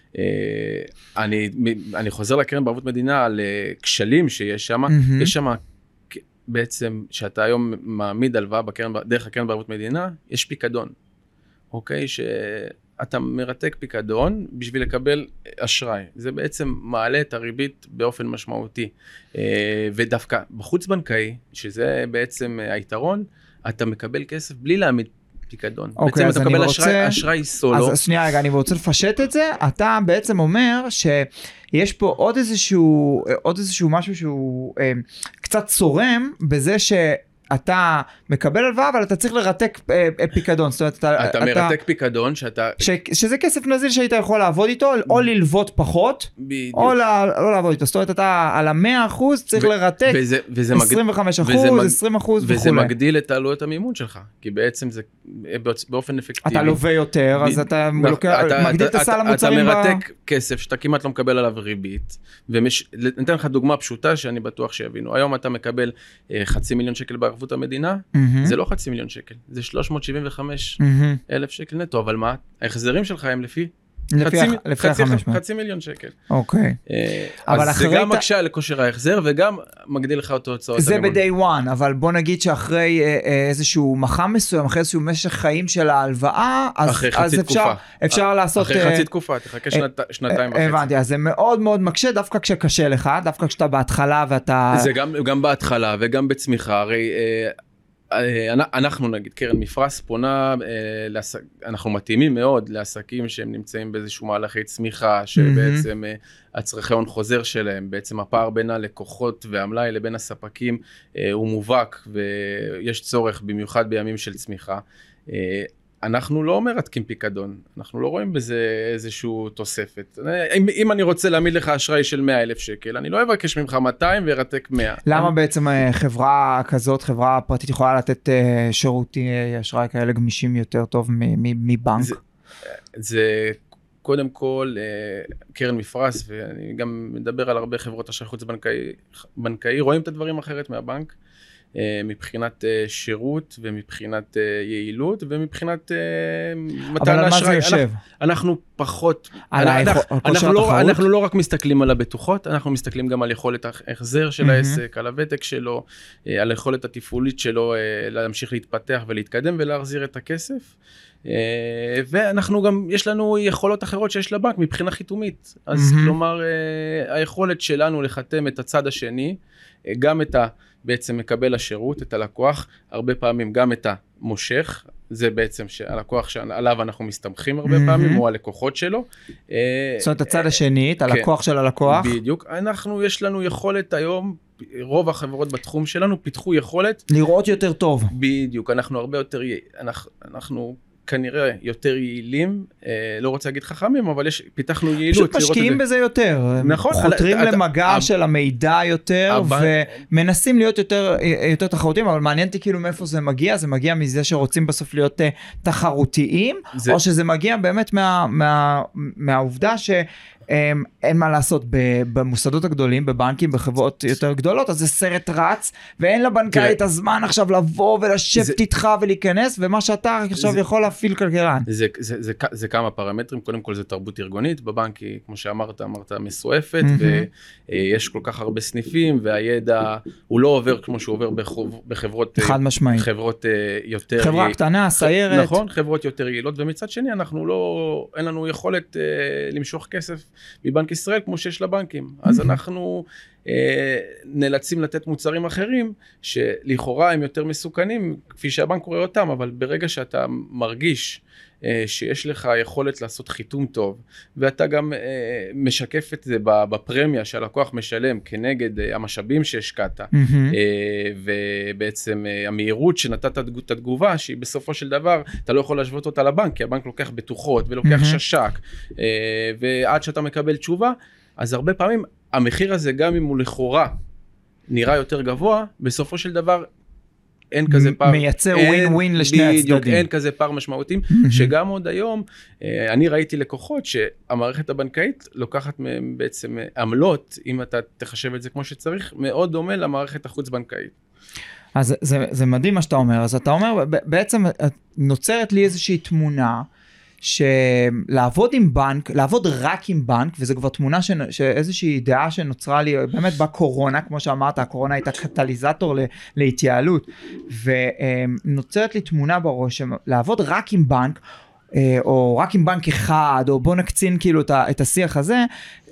אני, אני חוזר לקרן בערבות מדינה על כשלים שיש שם, mm-hmm. יש שם בעצם, שאתה היום מעמיד הלוואה בקרן, דרך הקרן בערבות מדינה, יש פיקדון, אוקיי? שאתה מרתק פיקדון בשביל לקבל אשראי. זה בעצם מעלה את הריבית באופן משמעותי. ודווקא בחוץ בנקאי, שזה בעצם היתרון, אתה מקבל כסף בלי להעמיד פיקדון. אוקיי, בעצם אתה מקבל אשראי, אשראי סולו. אז שנייה רגע, אני רוצה לפשט את זה. אתה בעצם אומר שיש פה עוד איזשהו, עוד איזשהו משהו שהוא אה, קצת צורם בזה ש... אתה מקבל הלוואה, אבל אתה צריך לרתק פיקדון. זאת אומרת, אתה, אתה מרתק פיקדון שאתה... ש, שזה כסף נזיל שהיית יכול לעבוד איתו, או ללוות פחות, בדיוק. או לא לעבוד איתו. זאת אומרת, אתה על ה-מאה אחוז צריך ו- לרתק וזה, וזה עשרים וחמישה אחוז, מג... עשרים אחוז וכו'. וזה מגדיל את עלויות המימון שלך, כי בעצם זה באופן אפקטיבי. אתה לווה יותר, ב... אז אתה, ב... לוקח, אתה מגדיל אתה, את הסל המוצרים. אתה מרתק ב... כסף שאתה כמעט לא מקבל עליו ריבית, ונתן לך דוגמה פשוטה שאני בטוח שיבינו. היום אתה מקבל חצי מיליון שקל בערבות המדינה, זה לא חצי מיליון שקל, זה שלוש מאות שבעים וחמש אלף שקל נטו, אבל מה? ההחזרים שלך הם לפי חצי מיליון שקל. אוקיי. אז זה גם מקשה לכושר ההחזר, וגם מגדיל לך אותו הוצאות. זה ב-day one, אבל בוא נגיד שאחרי איזשהו מחם מסוים, אחרי איזשהו משך חיים של ההלוואה, אז אפשר לעשות... אחרי חצי תקופה, תחכה שנתיים וחצי. הבנתי, אז זה מאוד מאוד מקשה, דווקא כשקשה לך, דווקא כשאתה בהתחלה ואתה... זה גם בהתחלה וגם בצמיחה, הרי... אנחנו נגיד, קרן מפרס פונה, אנחנו מתאימים מאוד לעסקים שהם נמצאים באיזשהו מהלכי צמיחה, שבעצם הצרכי הון חוזר שלהם, בעצם הפער בין הלקוחות והמלאי לבין הספקים הוא מובהק, ויש צורך במיוחד בימים של צמיחה. אנחנו לא מרתקים פיקדון, אנחנו לא רואים בזה איזשהו תוספת. אם, אם אני רוצה להעמיד לך אשראי של מאה אלף שקל, אני לא אבקש ממך מאתיים וירתק מאה. למה אני... בעצם חברה כזאת, חברה פרטית יכולה לתת שירותי אשראי כאלה גמישים יותר טוב מבנק? זה, זה קודם כל קרן מפרס, ואני גם מדבר על הרבה חברות אשראי חוץ בנקאי, בנקאי, רואים את הדברים אחרת מהבנק. מבחינת שירות ומבחינת יעילות ומבחינת מתן האשראי. אנחנו פחות, אנחנו לא רק מסתכלים על הבטוחות, אנחנו מסתכלים גם על יכולת ההחזר של העסק, על הוותק שלו, על היכולת התפעולית שלו להמשיך להתפתח ולהתקדם ולהחזיר את הכסף. ואנחנו גם, יש לנו יכולות אחרות שיש לבנק מבחינה חיתומית. אז כלומר, היכולת שלנו לחתם את הצד השני, גם את ה... בעצם מקבל השירות, את הלקוח, הרבה פעמים גם את המושך, זה בעצם הלקוח שעליו אנחנו מסתמכים הרבה פעמים, או הלקוחות שלו. זאת אומרת, הצד השני, את הלקוח של הלקוח. בדיוק, אנחנו, יש לנו יכולת היום, רוב החברות בתחום שלנו פיתחו יכולת. לראות יותר טוב. בדיוק, אנחנו הרבה יותר, אנחנו... כנראה יותר יעילים, לא רוצה להגיד חכמים, אבל יש, פיתחנו יעילות. פשוט משקיעים בזה יותר. נכון. חותרים למגע של המידע יותר, ומנסים להיות יותר תחרותיים, אבל מעניין אותי כאילו מאיפה זה מגיע, זה מגיע מזה שרוצים בסוף להיות תחרותיים, או שזה מגיע באמת מהעובדה ש... אין מה לעשות, במוסדות הגדולים, בבנקים, בחברות יותר גדולות, אז זה סרט רץ, ואין לבנקאי את הזמן עכשיו לבוא ולשבת איתך ולהיכנס, ומה שאתה עכשיו יכול להפעיל כלכלן. זה כמה פרמטרים, קודם כל זה תרבות ארגונית, בבנקי, כמו שאמרת, אמרת מסועפת, ויש כל כך הרבה סניפים, והידע הוא לא עובר כמו שהוא עובר בחברות, חד משמעית. חברות יותר... חברה קטנה, סיירת. נכון, חברות יותר יעילות, ומצד שני אנחנו לא, אין לנו יכולת למשוך כסף מבנק ישראל כמו שיש לבנקים. אז אנחנו אה, נאלצים לתת מוצרים אחרים שלכאורה הם יותר מסוכנים כפי שהבנק רואה אותם, אבל ברגע שאתה מרגיש אה, שיש לך יכולת לעשות חיתום טוב, ואתה גם אה, משקף את זה בפרמיה שהלקוח משלם כנגד אה, המשאבים שהשקעת, mm-hmm. אה, ובעצם אה, המהירות שנתת את התגובה, שהיא בסופו של דבר, אתה לא יכול להשוות אותה לבנק, כי הבנק לוקח בטוחות ולוקח mm-hmm. ששק, אה, ועד שאתה מקבל תשובה, אז הרבה פעמים המחיר הזה, גם אם הוא לכאורה נראה יותר גבוה, בסופו של דבר אין כזה פער. מייצר ווין ווין לשני הצדדים. אין כזה פער משמעותיים, שגם עוד היום, אני ראיתי לקוחות שהמערכת הבנקאית לוקחת מהם בעצם עמלות, אם אתה תחשב את זה כמו שצריך, מאוד דומה למערכת החוץ בנקאית. אז זה, זה מדהים מה שאתה אומר. אז אתה אומר, בעצם נוצרת לי איזושהי תמונה, שלעבוד עם בנק, לעבוד רק עם בנק, וזו כבר תמונה, ש... שאיזושהי דעה שנוצרה לי, באמת בקורונה, כמו שאמרת, הקורונה הייתה קטליזטור ל... להתייעלות, ונוצרת לי תמונה בראש, לעבוד רק עם בנק, או רק עם בנק אחד, או בוא נקצין כאילו את השיח הזה,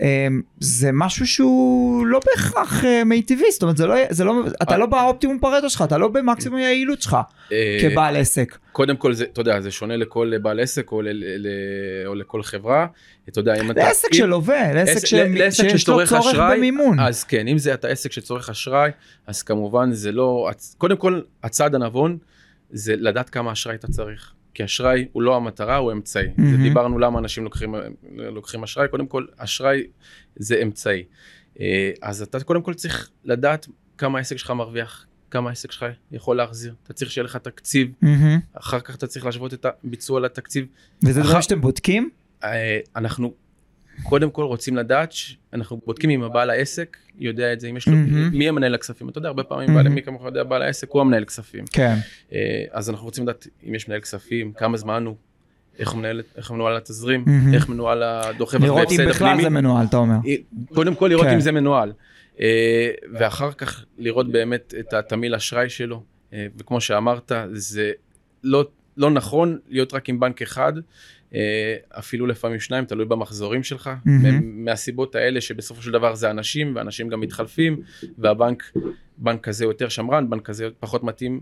זה משהו שהוא לא בהכרח מיטיבי, זאת אומרת, זה לא, זה לא, אתה לא באופטימום פרטו שלך, אתה לא במקסימום היעילות שלך, כבעל עסק. קודם כל, זה, אתה יודע, זה שונה לכל בעל עסק, או, ל, ל, או לכל חברה, אתה יודע, אם אתה... לעסק של עובד, לעסק שיש לו צורך במימון. אז כן, אם זה אתה עסק שצורך אשראי, אז כמובן זה לא, קודם כל, הצעד הנבון, זה לדעת כמה אשראי אתה צריך. כי אשראי הוא לא המטרה, הוא אמצעי. Mm-hmm. זה דיברנו למה אנשים לוקחים, לוקחים אשראי. קודם כל, אשראי זה אמצעי. אז אתה קודם כל צריך לדעת כמה העסק שלך מרוויח, כמה העסק שלך יכול להחזיר. אתה צריך שיהיה לך תקציב, mm-hmm. אחר כך אתה צריך להשוות את הביצוע לתקציב. וזה דבר שאתם בודקים? אנחנו קודם כל רוצים לדעת, אנחנו בודקים אם הבעל העסק יודע את זה, אם יש לו, mm-hmm. מי המנהל הכספים. אתה יודע, הרבה פעמים mm-hmm. בעל, מי כמוך יודע, בעל העסק הוא המנהל כספים. כן. אז אנחנו רוצים לדעת אם יש מנהל כספים, כמה זמן הוא, איך מנהל, איך מנוהל התזרים, mm-hmm. איך מנוהל הדוחף והפסד הפנימי. לראות אם בכלל זה מנוהל, אתה אומר. קודם כל לראות כן. אם זה מנוהל. ואחר כך לראות באמת את התמיל אשראי שלו. וכמו שאמרת, זה לא, לא נכון להיות רק עם בנק אחד, אפילו לפעמים שניים, תלוי במחזורים שלך, mm-hmm. מהסיבות האלה שבסופו של דבר זה אנשים, ואנשים גם מתחלפים, והבנק, בנק כזה יותר שמרן, בנק כזה פחות מתאים,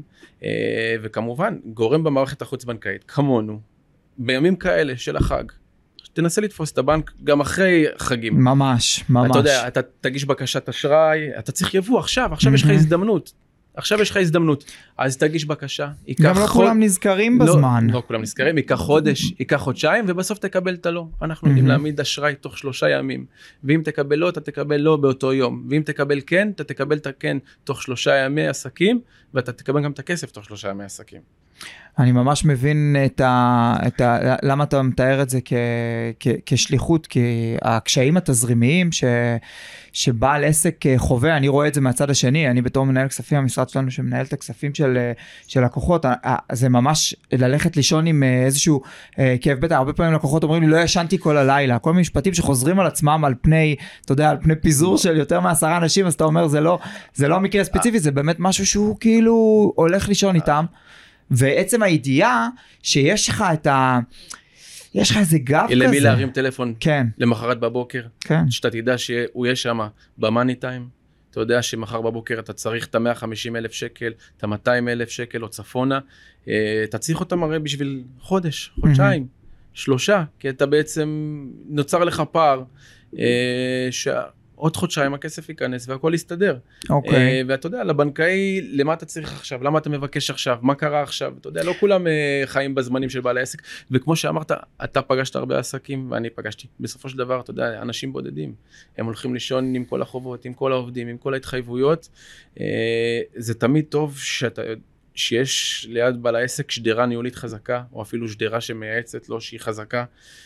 וכמובן, גורם במערכת החוץ בנקאית, כמונו, בימים כאלה של החג, תנסה לתפוס את הבנק גם אחרי חגים. ממש, ממש. אתה יודע, אתה תגיש בקשת אשראי, אתה צריך יבוא עכשיו, עכשיו mm-hmm. יש לך הזדמנות. עכשיו יש לך הזדמנות, אז תגיש בקשה. גם לא כולם נזכרים בזמן. לא כולם נזכרים, ייקח חודש, ייקח חודשיים, ובסוף תקבל את הלא. אנחנו יודעים להעמיד אשראי תוך שלושה ימים, ואם תקבל לא, אתה תקבל לא באותו יום, ואם תקבל כן, אתה תקבל את הכן תוך שלושה ימי עסקים, ואתה תקבל גם את הכסף תוך שלושה ימי עסקים. אני ממש מבין את ה, את ה, למה אתה מתאר את זה כ, כ, כשליחות, כי הקשיים התזרימיים ש, שבעל עסק חווה, אני רואה את זה מהצד השני, אני בתור מנהל כספים, המשרד שלנו שמנהל את הכספים של, של לקוחות, זה ממש ללכת לישון עם איזשהו כאב בטן, הרבה פעמים לקוחות אומרים לי, לא ישנתי כל הלילה, כל מיני משפטים שחוזרים על עצמם על פני, אתה יודע, על פני פיזור של יותר מעשרה אנשים, אז אתה אומר, זה לא, זה לא מקרה ספציפי, זה באמת משהו שהוא כאילו הולך לישון איתם, ועצם הידיעה שיש לך את ה... יש לך איזה גב כזה. למי להרים טלפון כן. למחרת בבוקר. כן. שאתה תדע שהוא יהיה שם במאני טיים. אתה יודע שמחר בבוקר אתה צריך את ה-מאה וחמישים אלף שקל, את ה-מאתיים אלף שקל או צפונה. אתה צריך אותם הרי בשביל חודש, חודשיים, שלושה. כי אתה בעצם נוצר לך פער שה... עוד חודשיים הכסף ייכנס והכל יסתדר. אוקיי. ואתה יודע, לבנקאי, למה אתה צריך עכשיו? למה אתה מבקש עכשיו? מה קרה עכשיו? אתה יודע, לא כולם חיים בזמנים של בעלי עסק. וכמו שאמרת, אתה פגשת הרבה עסקים, ואני פגשתי. בסופו של דבר, אתה יודע, אנשים בודדים. הם הולכים לישון עם כל החובות, עם כל העובדים, עם כל ההתחייבויות. זה תמיד טוב שאתה, שיש ליד בעל העסק שדרה ניהולית חזקה, או אפילו שדרה שמייעצת לו שהיא חזקה,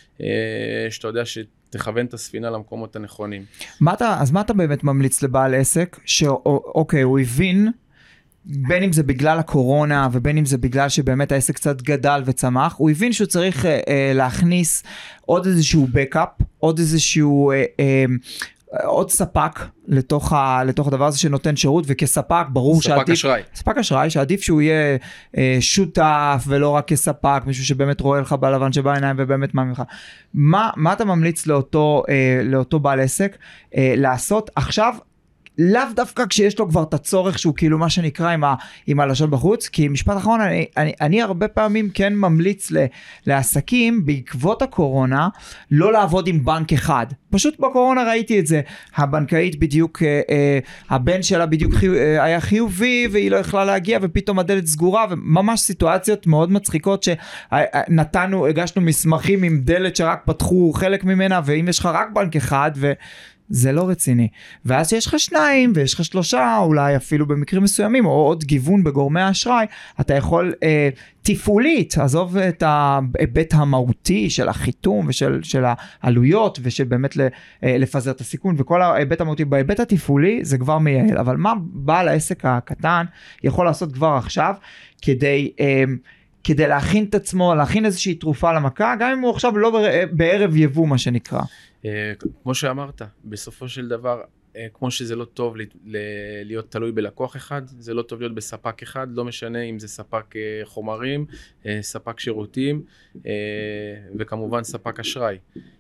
שאתה יודע ש... תכוון את הספינה למקומות הנכונים. מה אתה, אז מה אתה באמת ממליץ לבעל עסק, שאוקיי, הוא הבין, בין אם זה בגלל הקורונה, ובין אם זה בגלל שבאמת העסק קצת גדל וצמח, הוא הבין שהוא צריך אה, להכניס עוד איזשהו בקאפ, עוד איזשהו... אה, אה, עוד ספק לתוך, ה, לתוך הדבר הזה שנותן שירות, וכספק ברור ספק שעדיף... אשראי. ספק אשראי, שעדיף שהוא יהיה אה, שותף, ולא רק כספק, מישהו שבאמת רואה לך בלבן שבעיניים, ובאמת מה ממך. מה, מה אתה ממליץ לאותו, אה, לאותו בעל עסק אה, לעשות עכשיו, לאו דווקא כשיש לו כבר את הצורך שהוא כאילו מה שנקרא עם, ה, עם הלשון בחוץ, כי משפט אחרון, אני, אני, אני הרבה פעמים כן ממליץ ל, לעסקים בעקבות הקורונה, לא לעבוד עם בנק אחד. פשוט בקורונה ראיתי את זה, הבנקאית בדיוק, אה, אה, הבן שלה בדיוק חי, אה, היה חיובי, והיא לא יכלה להגיע, ופתאום הדלת סגורה, וממש סיטואציות מאוד מצחיקות, שנתנו, הגשנו מסמכים עם דלת שרק פתחו חלק ממנה, ואם יש לך רק בנק אחד, ו... זה לא רציני. ואז יש לך שניים, ויש לך שלושה, אולי אפילו במקרים מסוימים, או עוד גיוון בגורמי האשראי, אתה יכול אה, תפעולית, עזוב את ההיבט המהותי של החיתום, ושל של העלויות, ושל באמת לפזר את הסיכון, וכל ההיבט המהותי, בהיבט התפעולי, זה כבר מייעל. אבל מה בעל העסק הקטן יכול לעשות כבר עכשיו, כדי... אה, כדי להכין את עצמו, להכין איזושהי תרופה למכה, גם אם הוא עכשיו לא בערב יבוא, מה שנקרא. כמו שאמרת, בסופו של דבר, כמו שזה לא טוב להיות תלוי בלקוח אחד, זה לא טוב להיות בספק אחד, לא משנה אם זה ספק חומרים, ספק שירותים, וכמובן ספק אשראי.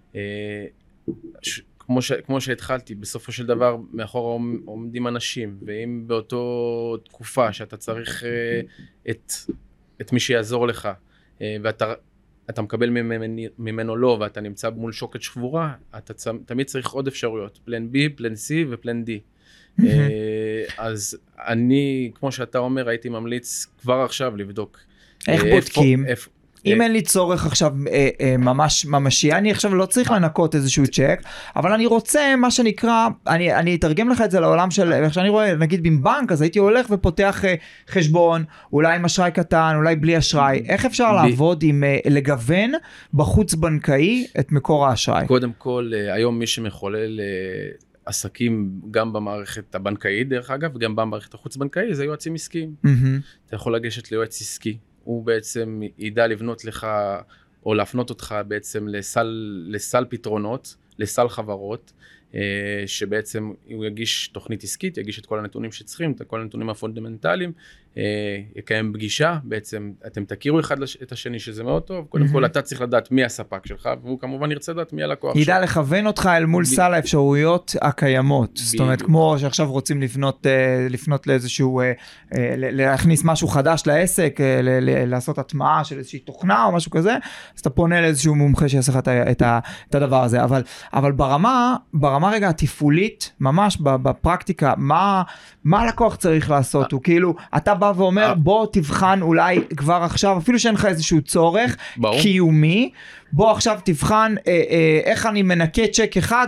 כמו, ש, כמו שהתחלתי, בסופו של דבר מאחור עומדים אנשים, ואם באותו תקופה שאתה צריך את, את מי שיעזור לך, ואתה אתה מקבל ממנו, ממנו לא, ואתה נמצא מול שוקת שבורה, אתה צ, תמיד צריך עוד אפשרויות, פלן B, פלן C ופלן D. Mm-hmm. אז אני, כמו שאתה אומר, הייתי ממליץ כבר עכשיו לבדוק. איך בודקים? איפה, אם אין לי צורך עכשיו אה, אה, ממש ממשי, אני עכשיו לא צריך לנקות איזשהו צ'ק, אבל אני רוצה מה שנקרא, אני, אני אתרגם לך את זה לעולם של, איך שאני רואה, נגיד בבנק, אז הייתי הולך ופותח אה, חשבון, אולי עם אשראי קטן, אולי בלי אשראי, איך אפשר ב... לעבוד עם, אה, לגוון בחוץ בנקאי את מקור האשראי? קודם כל, אה, היום מי שמחולל אה, עסקים גם במערכת הבנקאית, דרך אגב, וגם במערכת החוץ בנקאי, זה יועצים עסקיים. Mm-hmm. אתה יכול לגשת ליועץ עסקי. הוא בעצם ידע לבנות לך, או להפנות אותך בעצם לסל, לסל פתרונות, לסל חברות, שבעצם הוא יגיש תוכנית עסקית, יגיש את כל הנתונים שצריכים, את כל הנתונים הפונדמנטליים, יקיים פגישה, בעצם אתם תכירו אחד את השני שזה מאוד טוב, קודם כל אתה צריך לדעת מי הספק שלך, והוא כמובן ירצה לדעת מי הלקוח שלך. ידע לכוון אותך אל מול סל האפשרויות הקיימות, זאת אומרת כמו שעכשיו רוצים לפנות, לפנות לאיזשהו, להכניס משהו חדש לעסק, לעשות הטמעה של איזושהי תוכנה או משהו כזה, אז אתה פונה לאיזשהו מומחה שיעשה לך את הדבר הזה, אבל, אבל ברמה, ברמה רגע התפעולית, ממש בפרקטיקה, מה, מה הלקוח צריך לעשות? הוא כאילו, אתה בא ואומר, בוא תבחן אולי כבר עכשיו, אפילו שאין לך איזשהו צורך קיומי, בוא עכשיו תבחן איך אני מנקה צ'ק אחד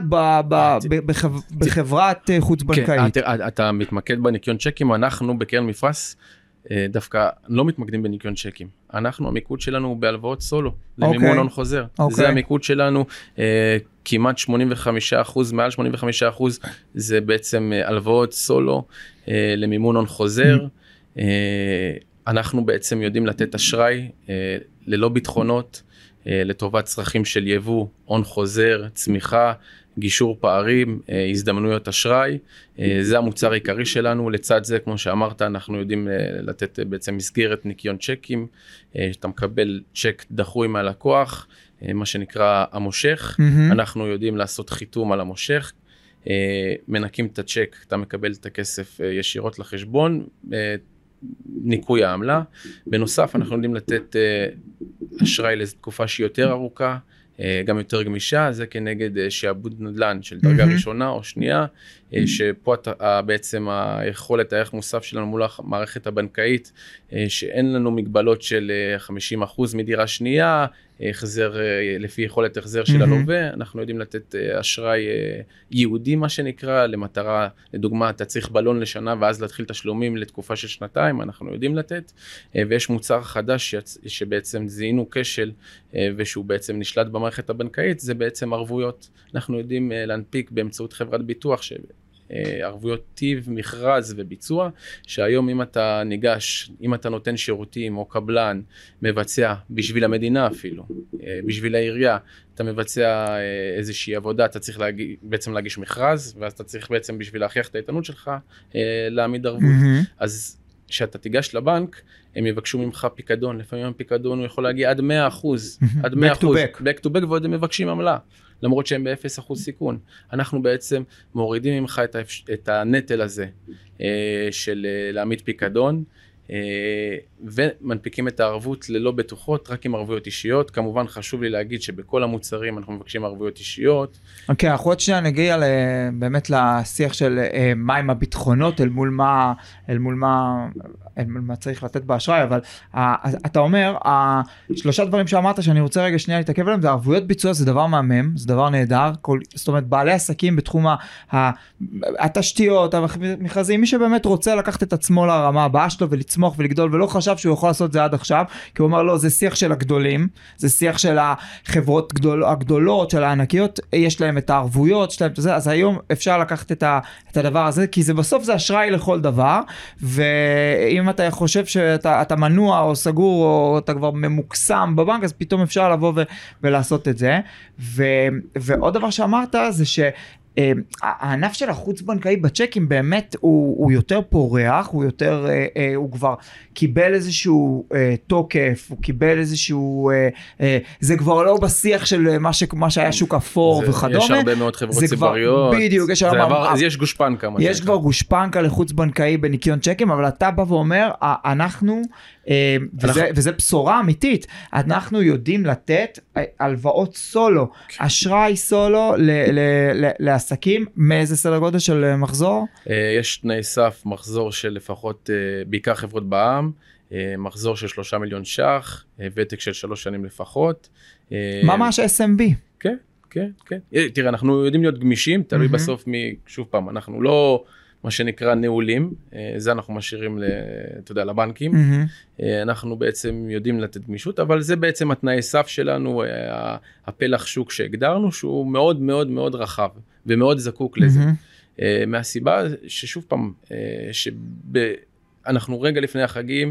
בחברת חוץ בנקאית. אתה מתמקד בניקיון צ'קים, אנחנו בקרן מפרס, דווקא לא מתמקדים בניקיון צ'קים. אנחנו, המיקוד שלנו הוא בהלוואות סולו, למימון הון חוזר. זה המיקוד שלנו, כמעט שמונים וחמישה אחוז, מעל שמונים וחמישה אחוז, זה בעצם הלוואות סולו, למימון הון חוזר. אנחנו בעצם יודעים לתת אשראי ללא ביטחונות, לטובת צרכים של יבוא, הון חוזר, צמיחה, גישור פערים, הזדמנויות אשראי. זה המוצר העיקרי שלנו. לצד זה, כמו שאמרת, אנחנו יודעים לתת בעצם מסגרת ניקיון צ'קים, שאתה מקבל צ'ק דחוי מהלקוח, מה שנקרא המושך. Mm-hmm. אנחנו יודעים לעשות חיתום על המושך, מנקים את הצ'ק, אתה מקבל את הכסף ישירות לחשבון, ניקוי העמלה. בנוסף, אנחנו יודעים לתת אשראי לתקופה שהיא יותר ארוכה, גם יותר גמישה, זה כנגד שעבוד נדל"ן של דרגה mm-hmm. ראשונה או שנייה, שפה בעצם היכולת, הערך מוסף שלנו מול המערכת הבנקאית, שאין לנו מגבלות של חמישים אחוז מדירה שנייה, החזר, לפי יכולת החזר של mm-hmm. הלווה, אנחנו יודעים לתת אשראי ייעודי מה שנקרא, למטרה, לדוגמה, אתה צריך בלון לשנה ואז להתחיל תשלומים לתקופה של שנתיים, אנחנו יודעים לתת, ויש מוצר חדש שבעצם זיהינו כשל, ושהוא בעצם נשלט במערכת הבנקאית, זה בעצם ערבויות. אנחנו יודעים להנפיק באמצעות חברת ביטוח, ש... ערבויות טיב, מכרז וביצוע, שהיום אם אתה ניגש, אם אתה נותן שירותים או קבלן, מבצע בשביל המדינה אפילו, בשביל העירייה, אתה מבצע איזושהי עבודה, אתה צריך להגיש, בעצם להגיש מכרז, ואז אתה צריך בעצם בשביל להכריח את האיתנות שלך, להעמיד ערבות. Mm-hmm. אז כשאתה תיגש לבנק, הם יבקשו ממך פיקדון, לפעמים הפיקדון הוא יכול להגיע עד מאה אחוז, עד מאה אחוז, back to back, back to back, ועוד הם מבקשים עמלה. למרות שהם ב-אפס אחוז סיכון. אנחנו בעצם מורידים ממך את, האפש... את הנטל הזה של להעמיד פיקדון, ומנפיקים את הערבות ללא בטוחות, רק עם ערבויות אישיות. כמובן חשוב לי להגיד שבכל המוצרים אנחנו מבקשים ערבויות אישיות. אוקיי, אנחנו עוד שנייה נגיע באמת לשיח של מה עם הביטחונות, אל מול מה, אל מול מה, אל מול מה צריך לתת באשראי, אבל אתה אומר, שלושה דברים שאמרת שאני רוצה רגע שנייה להתעכב עליהם, זה ערבויות ביצוע, זה דבר מהמם, זה דבר נהדר, כל, זאת אומרת, בעלי עסקים בתחום התשתיות, המכרזים, מי שבאמת רוצה לקחת את עצמו לרמה הבאה שלו ולצמוח ולגדול, ולא חשב שהוא יכול לעשות זה עד עכשיו, כי הוא אומר לא, זה שיח של הגדולים, זה שיח של החברות גדול, הגדולות, של הענקיות, יש להם את הערבויות, יש להם את זה, אז היום אפשר לקחת את, ה, את הדבר הזה, כי זה בסוף זה אשראי לכל דבר, ואם אתה חושב שאתה אתה מנוע או סגור, או אתה כבר ממוקסם בבנק, אז פתאום אפשר לבוא ו, ולעשות את זה, ו, ועוד דבר שאמרת זה ש... הענף של החוץ בנקאי בצ'קים באמת הוא, הוא יותר פורח, הוא יותר, הוא כבר קיבל איזשהו תוקף, הוא קיבל איזשהו, זה כבר לא בשיח של מה, ש, מה שהיה שוק אפור זה, וכדומה. יש הרבה מאוד חברות ציבוריות. בדיוק, יש, הרבה, אז יש גושפנקה. יש כבר גושפנקה לחוץ בנקאי בניקיון צ'קים, אבל אתה בא ואומר, אנחנו, וזה, וזה בשורה אמיתית, אנחנו יודעים לתת הלוואות סולו, אשראי סולו ל, ל, ל, לעסקים, מאיזה סדר גודל של מחזור? יש תנאי סף מחזור של לפחות, בעיקר חברות בע"מ, מחזור של שלושה מיליון ש"ח, ותק של שלוש שנים לפחות. ממש אס אם בי. כן, כן, כן. תראה, אנחנו יודעים להיות גמישים, תלוי בסוף מי, שוב פעם, אנחנו לא מה שנקרא נעולים, זה אנחנו משאירים, אתה יודע, לבנקים. אנחנו בעצם יודעים לתת גמישות, אבל זה בעצם התנאי סף שלנו, הפלח שוק שהגדרנו, שהוא מאוד מאוד מאוד רחב, ומאוד זקוק לזה. מהסיבה ששוב פעם, שאנחנו רגע לפני החגים,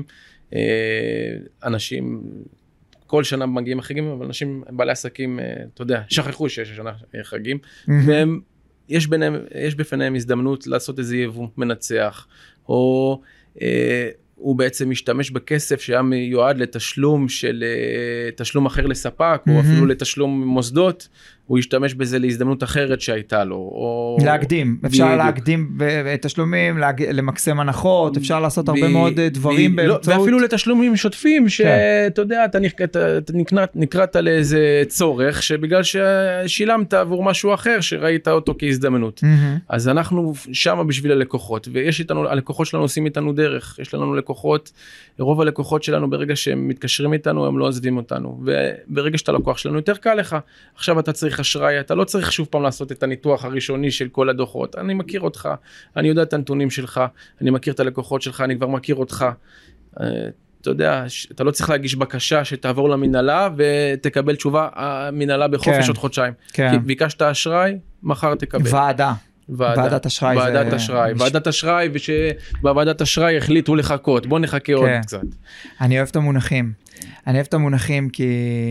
אנשים, כל שנה מגיעים החגים, אבל אנשים, בעלי עסקים, אתה יודע, שכחו שיש שנה חגים, והם, יש ביניהם, יש בפניהם הזדמנות לעשות איזה יבוא מנצח, או אה, הוא בעצם משתמש בכסף שהיה מיועד לתשלום של, אה, תשלום אחר לספק, mm-hmm. או אפילו לתשלום מוסדות, הוא ישתמש בזה להזדמנות אחרת שהייתה לו. או... להקדים, אפשר בדיוק. להקדים בתשלומים, להג... למקסם הנחות, אפשר לעשות ב... הרבה מאוד דברים ב... באמצעות. לא, ואפילו לתשלומים שוטפים, שאתה יודע, אתה, נק... אתה נקנת, נקראת לאיזה צורך, שבגלל ששילמת עבור משהו אחר, שראית אותו כהזדמנות. Mm-hmm. אז אנחנו שם בשביל הלקוחות, ויש איתנו, הלקוחות שלנו עושים איתנו דרך, יש לנו לקוחות, רוב הלקוחות שלנו ברגע שהם מתקשרים איתנו, הם לא עוזבים אותנו, וברגע שאתה לקוח שלנו יותר קל לך, עכשיו אתה צריך אשראי, אתה לא צריך שוב פעם לעשות את הניתוח הראשוני של כל הדוחות, אני מכיר אותך, אני יודע את הנתונים שלך, אני מכיר את הלקוחות שלך, אני כבר מכיר אותך, אתה יודע, אתה לא צריך להגיש בקשה שתעבור למנהלה ותקבל תשובה, המנהלה בחופש עוד חודשיים, כי ביקשת אשראי, מחר תקבל. ועדה. ועדת אשראי. ועדת אשראי, ועדת אשראי, ושבוועדת אשראי החליטו לחכות, בוא נחכה עוד קצת. אני אוהב את המונחים, אני אוהב את המונחים כי...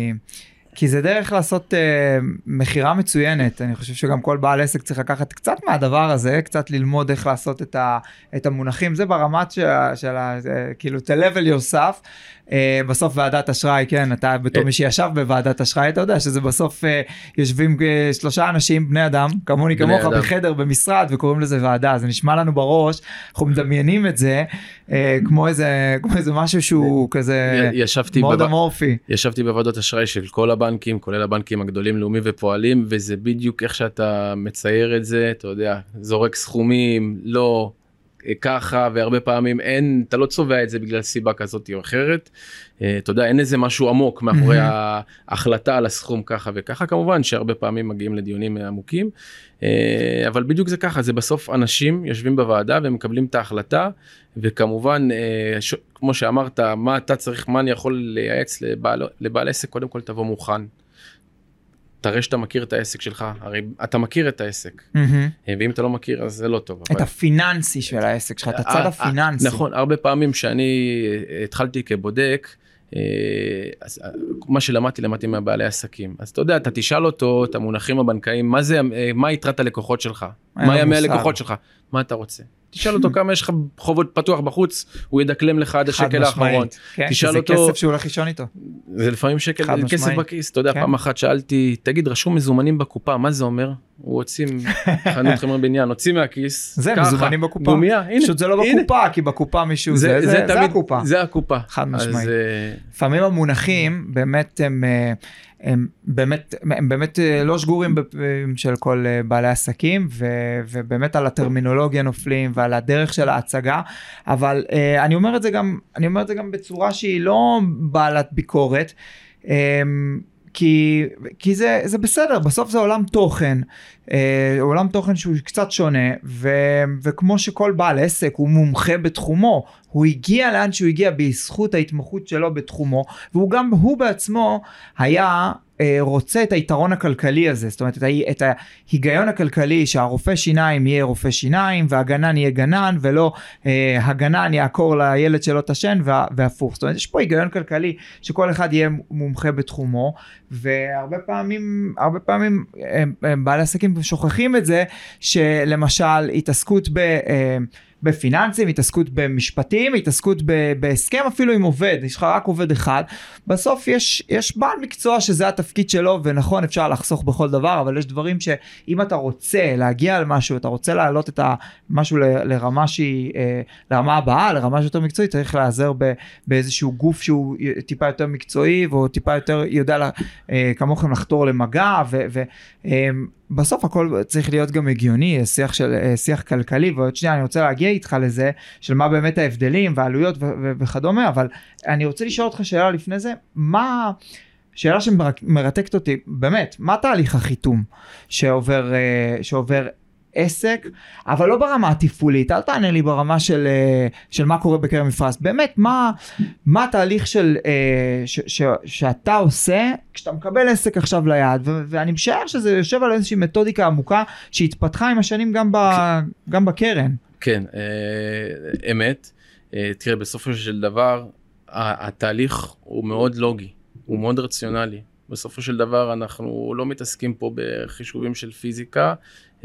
כי זה דרך לעשות uh, מחירה מצוינת, אני חושב שגם כל בעל עסק צריך לקחת קצת מהדבר הזה, קצת ללמוד איך לעשות את, ה, את המונחים, זה ברמת של, של ה, כאילו, to level yourself, uh, בסוף ועדת אשראי, כן, אתה בתור מי שישב בוועדת אשראי, אתה יודע שזה בסוף uh, יושבים uh, שלושה אנשים, בני אדם, כמוני כמוך בחדר, במשרד, וקוראים לזה ועדה, זה נשמע לנו בראש, אנחנו מדמיינים את זה, uh, כמו, איזה, כמו איזה משהו שהוא כזה מאוד אמורפי. ישבתי בוועדות אשראי של כל הבנקים, כולל הבנקים הגדולים, לאומי ופועלים, וזה בדיוק איך שאתה מצייר את זה, אתה יודע, זורק סכומים, לא ככה, והרבה פעמים אין, אתה לא צובע את זה בגלל סיבה כזאת או אחרת, אתה יודע, אין איזה משהו עמוק מאחורי ההחלטה על הסכום ככה וככה, כמובן שהרבה פעמים מגיעים לדיונים עמוקים, אבל בדיוק זה ככה, זה בסוף אנשים יושבים בוועדה ומקבלים את ההחלטה, וכמובן, כמו שאמרת, מה אתה צריך, מה אני יכול לייעץ לבעל, לבעל עסק, קודם כל תבוא מוכן, תראה שאתה מכיר את העסק שלך, הרי אתה מכיר את העסק, ואם אתה לא מכיר אז זה לא טוב. את הפיננסי של העסק שלך, את הצד הפיננסי. נכון, הרבה פעמים שאני התחלתי כבודק, אז מה שלמדתי, למדתי מהבעלי עסקים. אז אתה יודע, אתה תשאל אותו, את המונחים הבנקאיים, מה זה, מה יתרת הלקוחות שלך? מה ימי הלקוחות שלך? מה אתה רוצה? תשאל אותו כמה יש לך חובות פתוח בחוץ, הוא ידקלם לך עד השקל האחרון. זה כסף שהוא הולך לישון איתו. זה לפעמים שקל, כסף בכיס. אתה יודע, פעם אחת שאלתי, תגיד, רשום מזומנים בקופה, מה זה אומר? הוא הוציא חנות חומרי בניין, הוציא מהכיס. זה מזומנים בקופה. פשוט זה לא בקופה, כי בקופה מישהו, זה הקופה. זה הקופה. חד משמעית. לפעמים המונחים באמת הם... הם באמת, הם באמת לא שגורים של כל בעלי עסקים, ו, ובאמת על הטרמינולוגיה נופלים, ועל הדרך של ההצגה, אבל אני אומר את זה גם, אני אומר את זה גם בצורה שהיא לא בעלת ביקורת, כי, כי זה, זה בסדר, בסוף זה עולם תוכן, עולם תוכן שהוא קצת שונה, ו, וכמו שכל בעל עסק הוא מומחה בתחומו, הוא הגיע לאן שהוא הגיע בזכות ההתמחות שלו בתחומו, והוא גם, הוא בעצמו היה רוצה את היתרון הכלכלי הזה, זאת אומרת, את ההיגיון הכלכלי שהרופא שיניים יהיה רופא שיניים, והגנן יהיה גנן, ולא אה, הגנן יעקור לילד שלו תשן, והפוך. זאת אומרת, יש פה היגיון כלכלי שכל אחד יהיה מומחה בתחומו, והרבה פעמים, הרבה פעמים הם, הם בעלי עסקים שוכחים את זה, שלמשל התעסקות ב... בפיננסים, התעסקות במשפטים, התעסקות ב- בהסכם אפילו עם עובד, יש לך רק עובד אחד, בסוף יש, יש בעל מקצוע שזה התפקיד שלו, ונכון אפשר לחסוך בכל דבר, אבל יש דברים שאם אתה רוצה להגיע על משהו, אתה רוצה להעלות את משהו ל- לרמה שהיא, לרמה הבאה, לרמה שיותר מקצועית, צריך להיעזר ב- באיזשהו גוף שהוא טיפה יותר מקצועי, והוא טיפה יותר יודע לה, כמוכם לחתור למגע, ו... ו- בסוף הכל צריך להיות גם הגיוני, שיח של, שיח כלכלי, ועוד שנייה אני רוצה להגיע איתך לזה, של מה באמת ההבדלים והעלויות ו- ו- וכדומה, אבל אני רוצה לשאול אותך שאלה לפני זה, מה, שאלה שמרתקת אותי, באמת, מה תהליך החיתום שעובר, שעובר עסק, אבל לא ברמה התפעולית, אל תענה לי ברמה של, של מה קורה בקרן מפרש, באמת, מה, מה התהליך של, ש, ש, שאתה עושה, כשאתה מקבל עסק עכשיו ליד, ו, ואני משער שזה יושב על איזושהי מתודיקה עמוקה, שהתפתחה עם השנים גם, ב, גם בקרן. כן, אמת, תראה, בסופו של דבר, התהליך הוא מאוד לוגי, הוא מאוד רציונלי, בסופו של דבר אנחנו לא מתעסקים פה בחישובים של פיזיקה,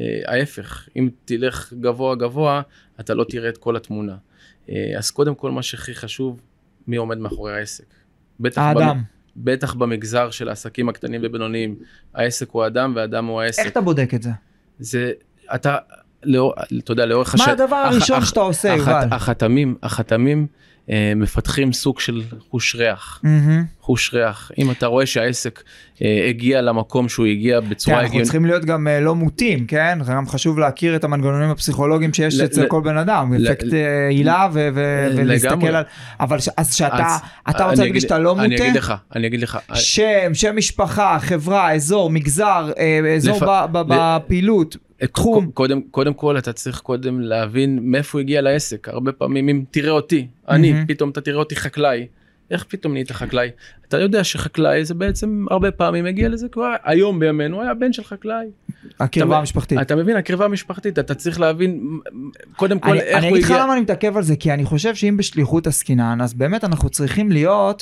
ההפך, אם תלך גבוה גבוה, אתה לא תראה את כל התמונה. אז קודם כל מה שהכי חשוב, מי עומד מאחורי העסק. האדם. בטח במגזר של העסקים הקטנים ובינוניים, העסק הוא האדם והאדם הוא העסק. איך אתה בודק את זה? זה, אתה, לא, אתה יודע, לאורך השנים. מה הדבר הראשון שאתה עושה, יובל? החתמים, החתמים, מפתחים סוג של חוש ריח, חוש ריח. אם אתה רואה שהעסק הגיע למקום שהוא הגיע בצורה הגיונית. אנחנו צריכים להיות גם לא מוטים, כן? זה גם חשוב להכיר את המנגנונים הפסיכולוגיים שיש אצל כל בן אדם, אפקט הילה ולהסתכל על... אבל אז שאתה רוצה להגיד שאתה לא מוטה? אני אגיד לך, אני אגיד לך. שם, שם משפחה, חברה, אזור, מגזר, אזור בפעילות. תחום. קודם, קודם כל אתה צריך קודם להבין מאיפה הוא הגיע לעסק. הרבה פעמים אם תראה אותי, אני, פתאום אתה תראה אותי חקלאי. איך פתאום נהיית חקלאי? אתה יודע שחקלאי זה בעצם הרבה פעמים הגיע לזה כבר, היום בימינו היה בן של חקלאי. הקרבה המשפחתית. אתה מבין, הקרבה המשפחתית, אתה צריך להבין קודם כל איך הוא הגיע. אני אגיד לך למה אני מתעכב על זה, כי אני חושב שאם בשליחות עסקינן, אז באמת אנחנו צריכים להיות...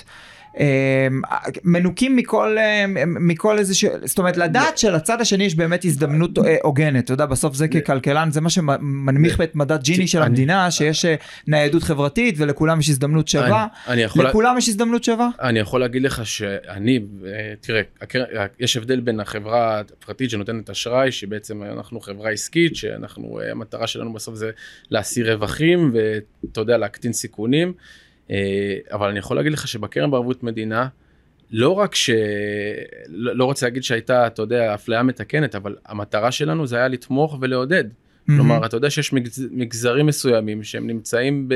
מנוקים מכל, מכל איזה, זאת אומרת, לדעת שלצד השני יש באמת הזדמנות הוגנת, אתה יודע, בסוף זה ככלכלן, זה מה שמנמיך את מדד ג'יני של המדינה, שיש ניידות חברתית ולכולם יש הזדמנות שווה, לכולם יש הזדמנות שווה? אני יכול להגיד לך שאני, תראה, יש הבדל בין החברה הפרטית שנותנת אשראי, שבעצם אנחנו חברה עסקית, שאנחנו, המטרה שלנו בסוף זה להשיא רווחים, ואתה יודע, להקטין סיכונים, אבל אני יכול להגיד לך שבקרן בערבות מדינה, לא רק ש... לא רוצה להגיד שהייתה, אתה יודע, אפליה מתקנת, אבל המטרה שלנו זה היה לתמוך ולעודד. כלומר, אתה יודע שיש מגזרים מסוימים שהם נמצאים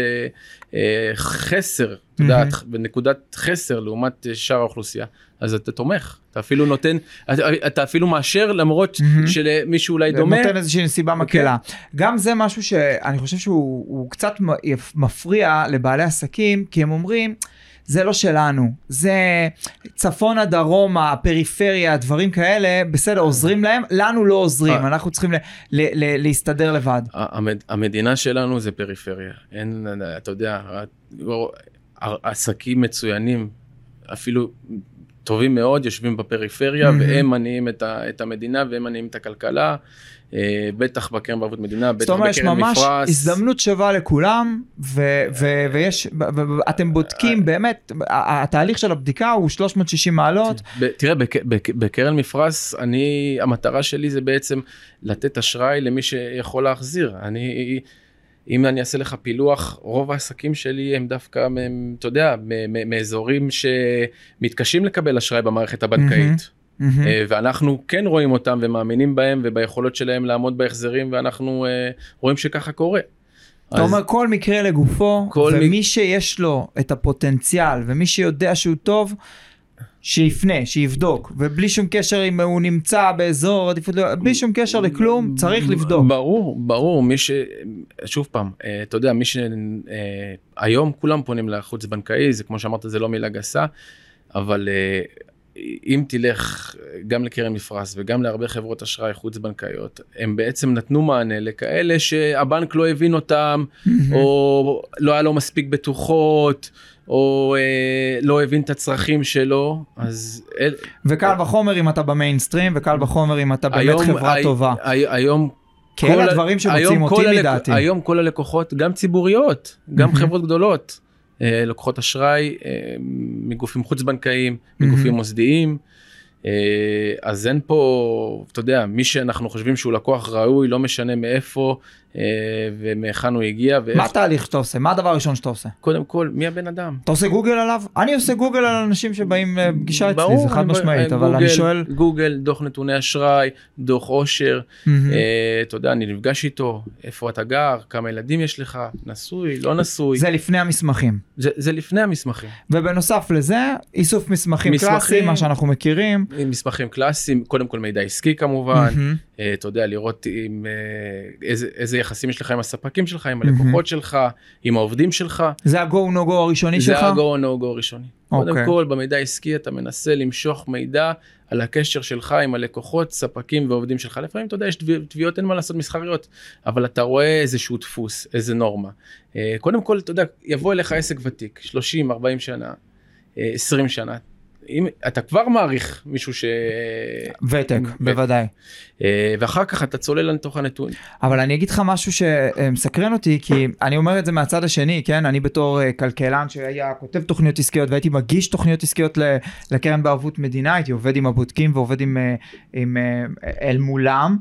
בחסר, אתה יודע, בנקודת חסר לעומת שאר האוכלוסייה. אז אתה תומך, אתה אפילו נותן, אתה אפילו מאשר למרות שלמישהו אולי דומה. נותן איזושהי נסיבה מקלה. גם זה משהו שאני חושב שהוא קצת מפריע לבעלי עסקים, כי הם אומרים, זה לא שלנו, זה צפון הדרום, הפריפריה, דברים כאלה, בסדר, עוזרים להם, לנו לא עוזרים, אנחנו צריכים להסתדר לבד. המדינה שלנו זה פריפריה, אין, אתה יודע, עסקים מצוינים, אפילו טובים מאוד, יושבים בפריפריה, והם מניעים את המדינה, והם מניעים את הכלכלה, בטח בקרן בערבות מדינה, בטח בקרן מפרש. זאת אומרת, יש ממש הזדמנות שווה לכולם, ויש, ואתם בודקים באמת, התהליך של הבדיקה הוא שלוש מאות ושישים מעלות. תראה, בקרן מפרש, אני, המטרה שלי זה בעצם לתת אשראי למי שיכול להחזיר. אני, אם אני אעשה לך פילוח, רוב העסקים שלי הם דווקא, אתה יודע, מאזורים שמתקשים לקבל אשראי במערכת הבנקאית. Mm-hmm. ואנחנו כן רואים אותם ומאמינים בהם וביכולות שלהם לעמוד בהחזרים, ואנחנו רואים שככה קורה. אתה אומר, כל מקרה לגופו, ומי מק... שיש לו את הפוטנציאל, ומי שיודע שהוא טוב, שיפנה, שיבדוק, ובלי שום קשר אם הוא נמצא באזור, בלי שום קשר לכלום, צריך לבדוק. ברור, ברור, מי ש... שוב פעם, אתה יודע, מי ש... היום כולם פונים לחוץ בנקאי, זה כמו שאמרת, זה לא מילה גסה, אבל אם תלך גם לקרן מפרס וגם להרבה חברות אשראי חוץ בנקאיות, הם בעצם נתנו מענה לכאלה שהבנק לא הבין אותם, או לא היה לו מספיק בטוחות, או אה, לא הבין את הצרכים שלו, אז... וקל וחומר אם אתה במיינסטרים, וקל וחומר אם אתה באמת היום, חברה הי, טובה. הי, היום... כאלה הדברים שמוצאים אותי מדעתי. היום כל הלקוחות, גם ציבוריות, גם חברות גדולות, לקוחות אשראי, מגופים חוץ בנקאיים, מגופים מוסדיים, אז אין פה, אתה יודע, מי שאנחנו חושבים שהוא לקוח ראוי, לא משנה מאיפה ומאיכן הוא הגיע. מה התהליך שאתה עושה? מה הדבר הראשון שאתה עושה? קודם כל, מי הבן אדם? אתה עושה גוגל עליו? אני עושה גוגל על אנשים שבאים לפגישה אצלי, זה חד משמעית, אבל אני שואל... גוגל, דוח נתוני אשראי, דוח עושר, אתה יודע, אני נפגש איתו, איפה אתה גר, כמה ילדים יש לך, נשוי, לא נשוי. זה לפני המסמכים. זה לפני המסמכים. ובנוסף לזה, איסוף מסמכים קלאסיים, מה שאנחנו מכירים. מסמכים קלאסיים, קודם כל מידע עסקי כמובן, אתה יודע, לראות עם איזה, איזה יחסים יש לך עם הספקים שלך, עם הלקוחות שלך, עם העובדים שלך. זה ה-go no go הראשוני שלך? זה ה-go no go הראשוני. קודם כל, במידע העסקי אתה מנסה למשוך מידע על הקשר שלך עם הלקוחות, ספקים ועובדים שלך. לפעמים, אתה יודע, יש תביעות, אין מה לעשות מסחריות, אבל אתה רואה איזשהו דפוס, איזה נורמה. קודם כל, אתה יודע, יבוא אליך עסק ותיק, שלושים ארבעים שנה, עשרים שנה, אם אתה כבר מעריך מישהו ש... ותק, בוודאי. ואחר כך אתה צולל לתוך הנתון. אבל אני אגיד לך משהו שמסקרן אותי, כי אני אומר את זה מהצד השני, כן? אני בתור כלכלן שהיה כותב תוכניות עסקיות, והייתי מגיש תוכניות עסקיות לקרן בערבות מדינה, הייתי עובד עם הבודקים ועובד עם, עם, אל מולם,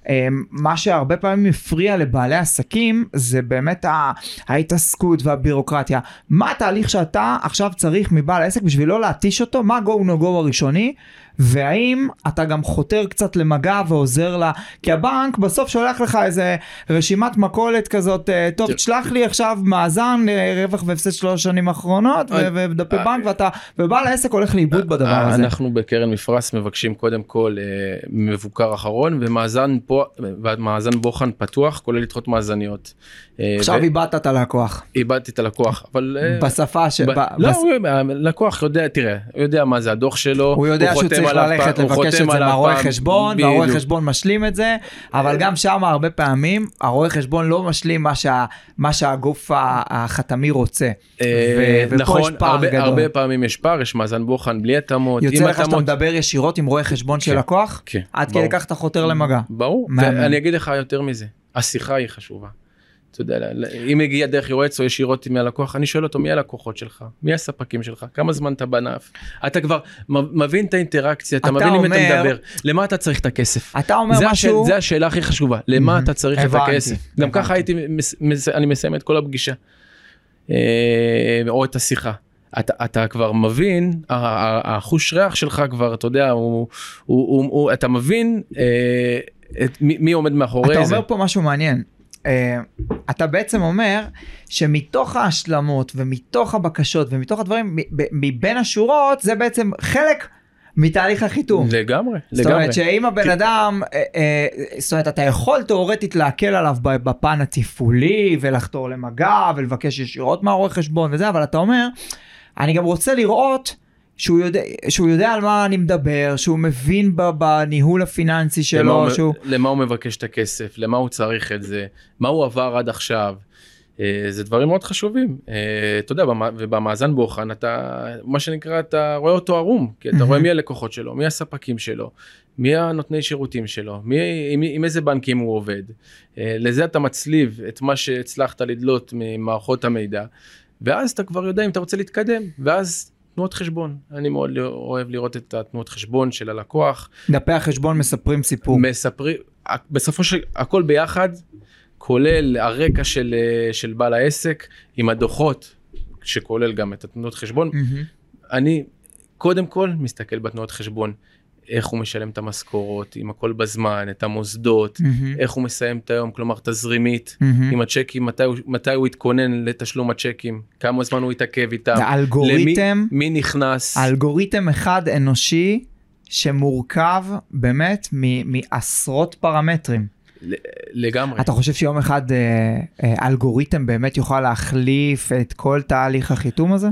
מה שהרבה פעמים מפריע לבעלי עסקים זה באמת ההתעסקות והבירוקרטיה. מה התהליך שאתה עכשיו צריך מבעל עסק בשביל לא להתיש אותו? מה go no go הראשוני? והאם אתה גם חותר קצת למגע ועוזר לה, כי הבנק בסוף שולח לך איזה רשימת מכולת כזאת, טוב, תשלח לי עכשיו מאזן רווח והפסד שלוש שנים האחרונות ודפי בנק, ואתה, ובעל העסק הולך לאיבוד בדבר הזה. אנחנו בקרן מפרס מבקשים קודם כל מבוקר אחרון ומאזן פה, ומאזן בוחן פתוח, כולל לדחות מאזניות. עכשיו איבדת את הלקוח. איבדתי את הלקוח, אבל... בשפה ש... לא, הלקוח יודע, תראה, הוא יודע מה זה הדוח שלו, הוא יודע שהוא צריך ללכת לבקש את זה מהרואה חשבון, והרואה חשבון משלים את זה, אבל גם שם הרבה פעמים, הרואה חשבון לא משלים מה שהגוף החתמי רוצה. נכון, הרבה פעמים יש פער, יש מאזן בוחן בלי התאמות. יוצא לך שאתה מדבר ישירות עם רואה חשבון של לקוח? כן. עד כדי כך אתה חותר למגע. ברור, ואני אגיד לך יותר מזה, השיחה היא חשובה. אתה יודע, אם הגיע דרך יועץ או ישירות מהלקוח, אני שואל אותו, מי הלקוחות שלך? מי הספקים שלך? כמה זמן אתה בנף? אתה כבר מבין את האינטרקציה, אתה מבין אם אתה מדבר. למה אתה צריך את הכסף? אתה אומר משהו... זה השאלה הכי חשובה. למה אתה צריך את הכסף? גם ככה הייתי, אני מסיים את כל הפגישה. או את השיחה. אתה כבר מבין, החוש ריח שלך כבר, אתה יודע, אתה מבין מי עומד מאחורי זה. אתה אומר פה משהו מעניין. Uh, אתה בעצם אומר שמתוך ההשלמות ומתוך הבקשות ומתוך הדברים מבין השורות זה בעצם חלק מתהליך החיתום. לגמרי, זאת לגמרי. אומרת שאם הבן אדם, uh, uh, זאת אומרת אתה יכול תיאורטית להקל עליו בפן התפעולי ולחתור למגע ולבקש ישירות מהרואה חשבון וזה, אבל אתה אומר אני גם רוצה לראות שהוא יודע, שהוא יודע על מה אני מדבר, שהוא מבין בניהול הפיננסי שלו. למה, שהוא... למה הוא מבקש את הכסף, למה הוא צריך את זה, מה הוא עבר עד עכשיו. זה דברים מאוד חשובים. אתה יודע, ובמאזן בוחן, אתה, מה שנקרא, אתה רואה אותו ערום, כי אתה רואה מי הלקוחות שלו, מי הספקים שלו, מי הנותני שירותים שלו, מי, עם, עם איזה בנקים הוא עובד. לזה אתה מצליב את מה שהצלחת לדלות ממערכות המידע, ואז אתה כבר יודע אם אתה רוצה להתקדם, ואז תנועות חשבון. אני מאוד אוהב לראות את התנועות חשבון של הלקוח. דפי החשבון מספרים סיפור. מספרים, בסופו של הכל ביחד, כולל הרקע של, של בעל העסק, עם הדוחות, שכולל גם את התנועות חשבון. Mm-hmm. אני קודם כל מסתכל בתנועות חשבון, איך הוא משלם את המשכורות, עם הכל בזמן, את המוסדות, mm-hmm. איך הוא מסיים את היום, כלומר תזרימית, mm-hmm. עם הצ'קים, מתי, מתי הוא יתכונן לתשלום הצ'קים, כמה זמן הוא יתעכב איתם, האלגוריתם, למי, מי נכנס. האלגוריתם אחד אנושי, שמורכב באמת מ- מעשרות פרמטרים. לגמרי. אתה חושב שיום אחד אה, אה, אלגוריתם באמת יוכל להחליף את כל תהליך החיתום הזה?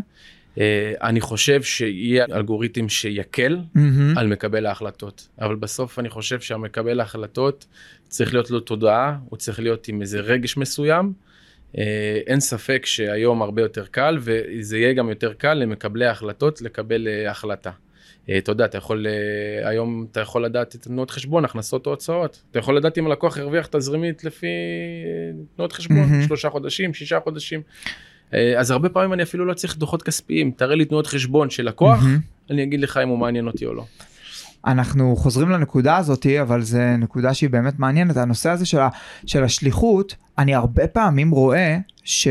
אני חושב שיהיה אלגוריתם שיקל על מקבל ההחלטות, אבל בסוף אני חושב שהמקבל ההחלטות צריך להיות לו תודעה, הוא צריך להיות עם איזה רגש מסוים, אין ספק שהיום הרבה יותר קל, וזה יהיה גם יותר קל למקבלי ההחלטות לקבל החלטה. אתה יודע, אתה יכול, היום אתה יכול לדעת את תנועות חשבון, הכנסות או הוצאות. אתה יכול לדעת אם הלקוח הרוויח תזרימית לפי תנועות חשבון, שלושה חודשים, שישה חודשים. אז הרבה פעמים אני אפילו לא צריך דוחות כספיים. תראה לי תנועות חשבון של לקוח, אני אגיד לך אם הוא מעניין אותי או לא. אנחנו חוזרים לנקודה הזאת, אבל זו נקודה שהיא באמת מעניינת. הנושא הזה של, ה, של השליחות, אני הרבה פעמים רואה ש...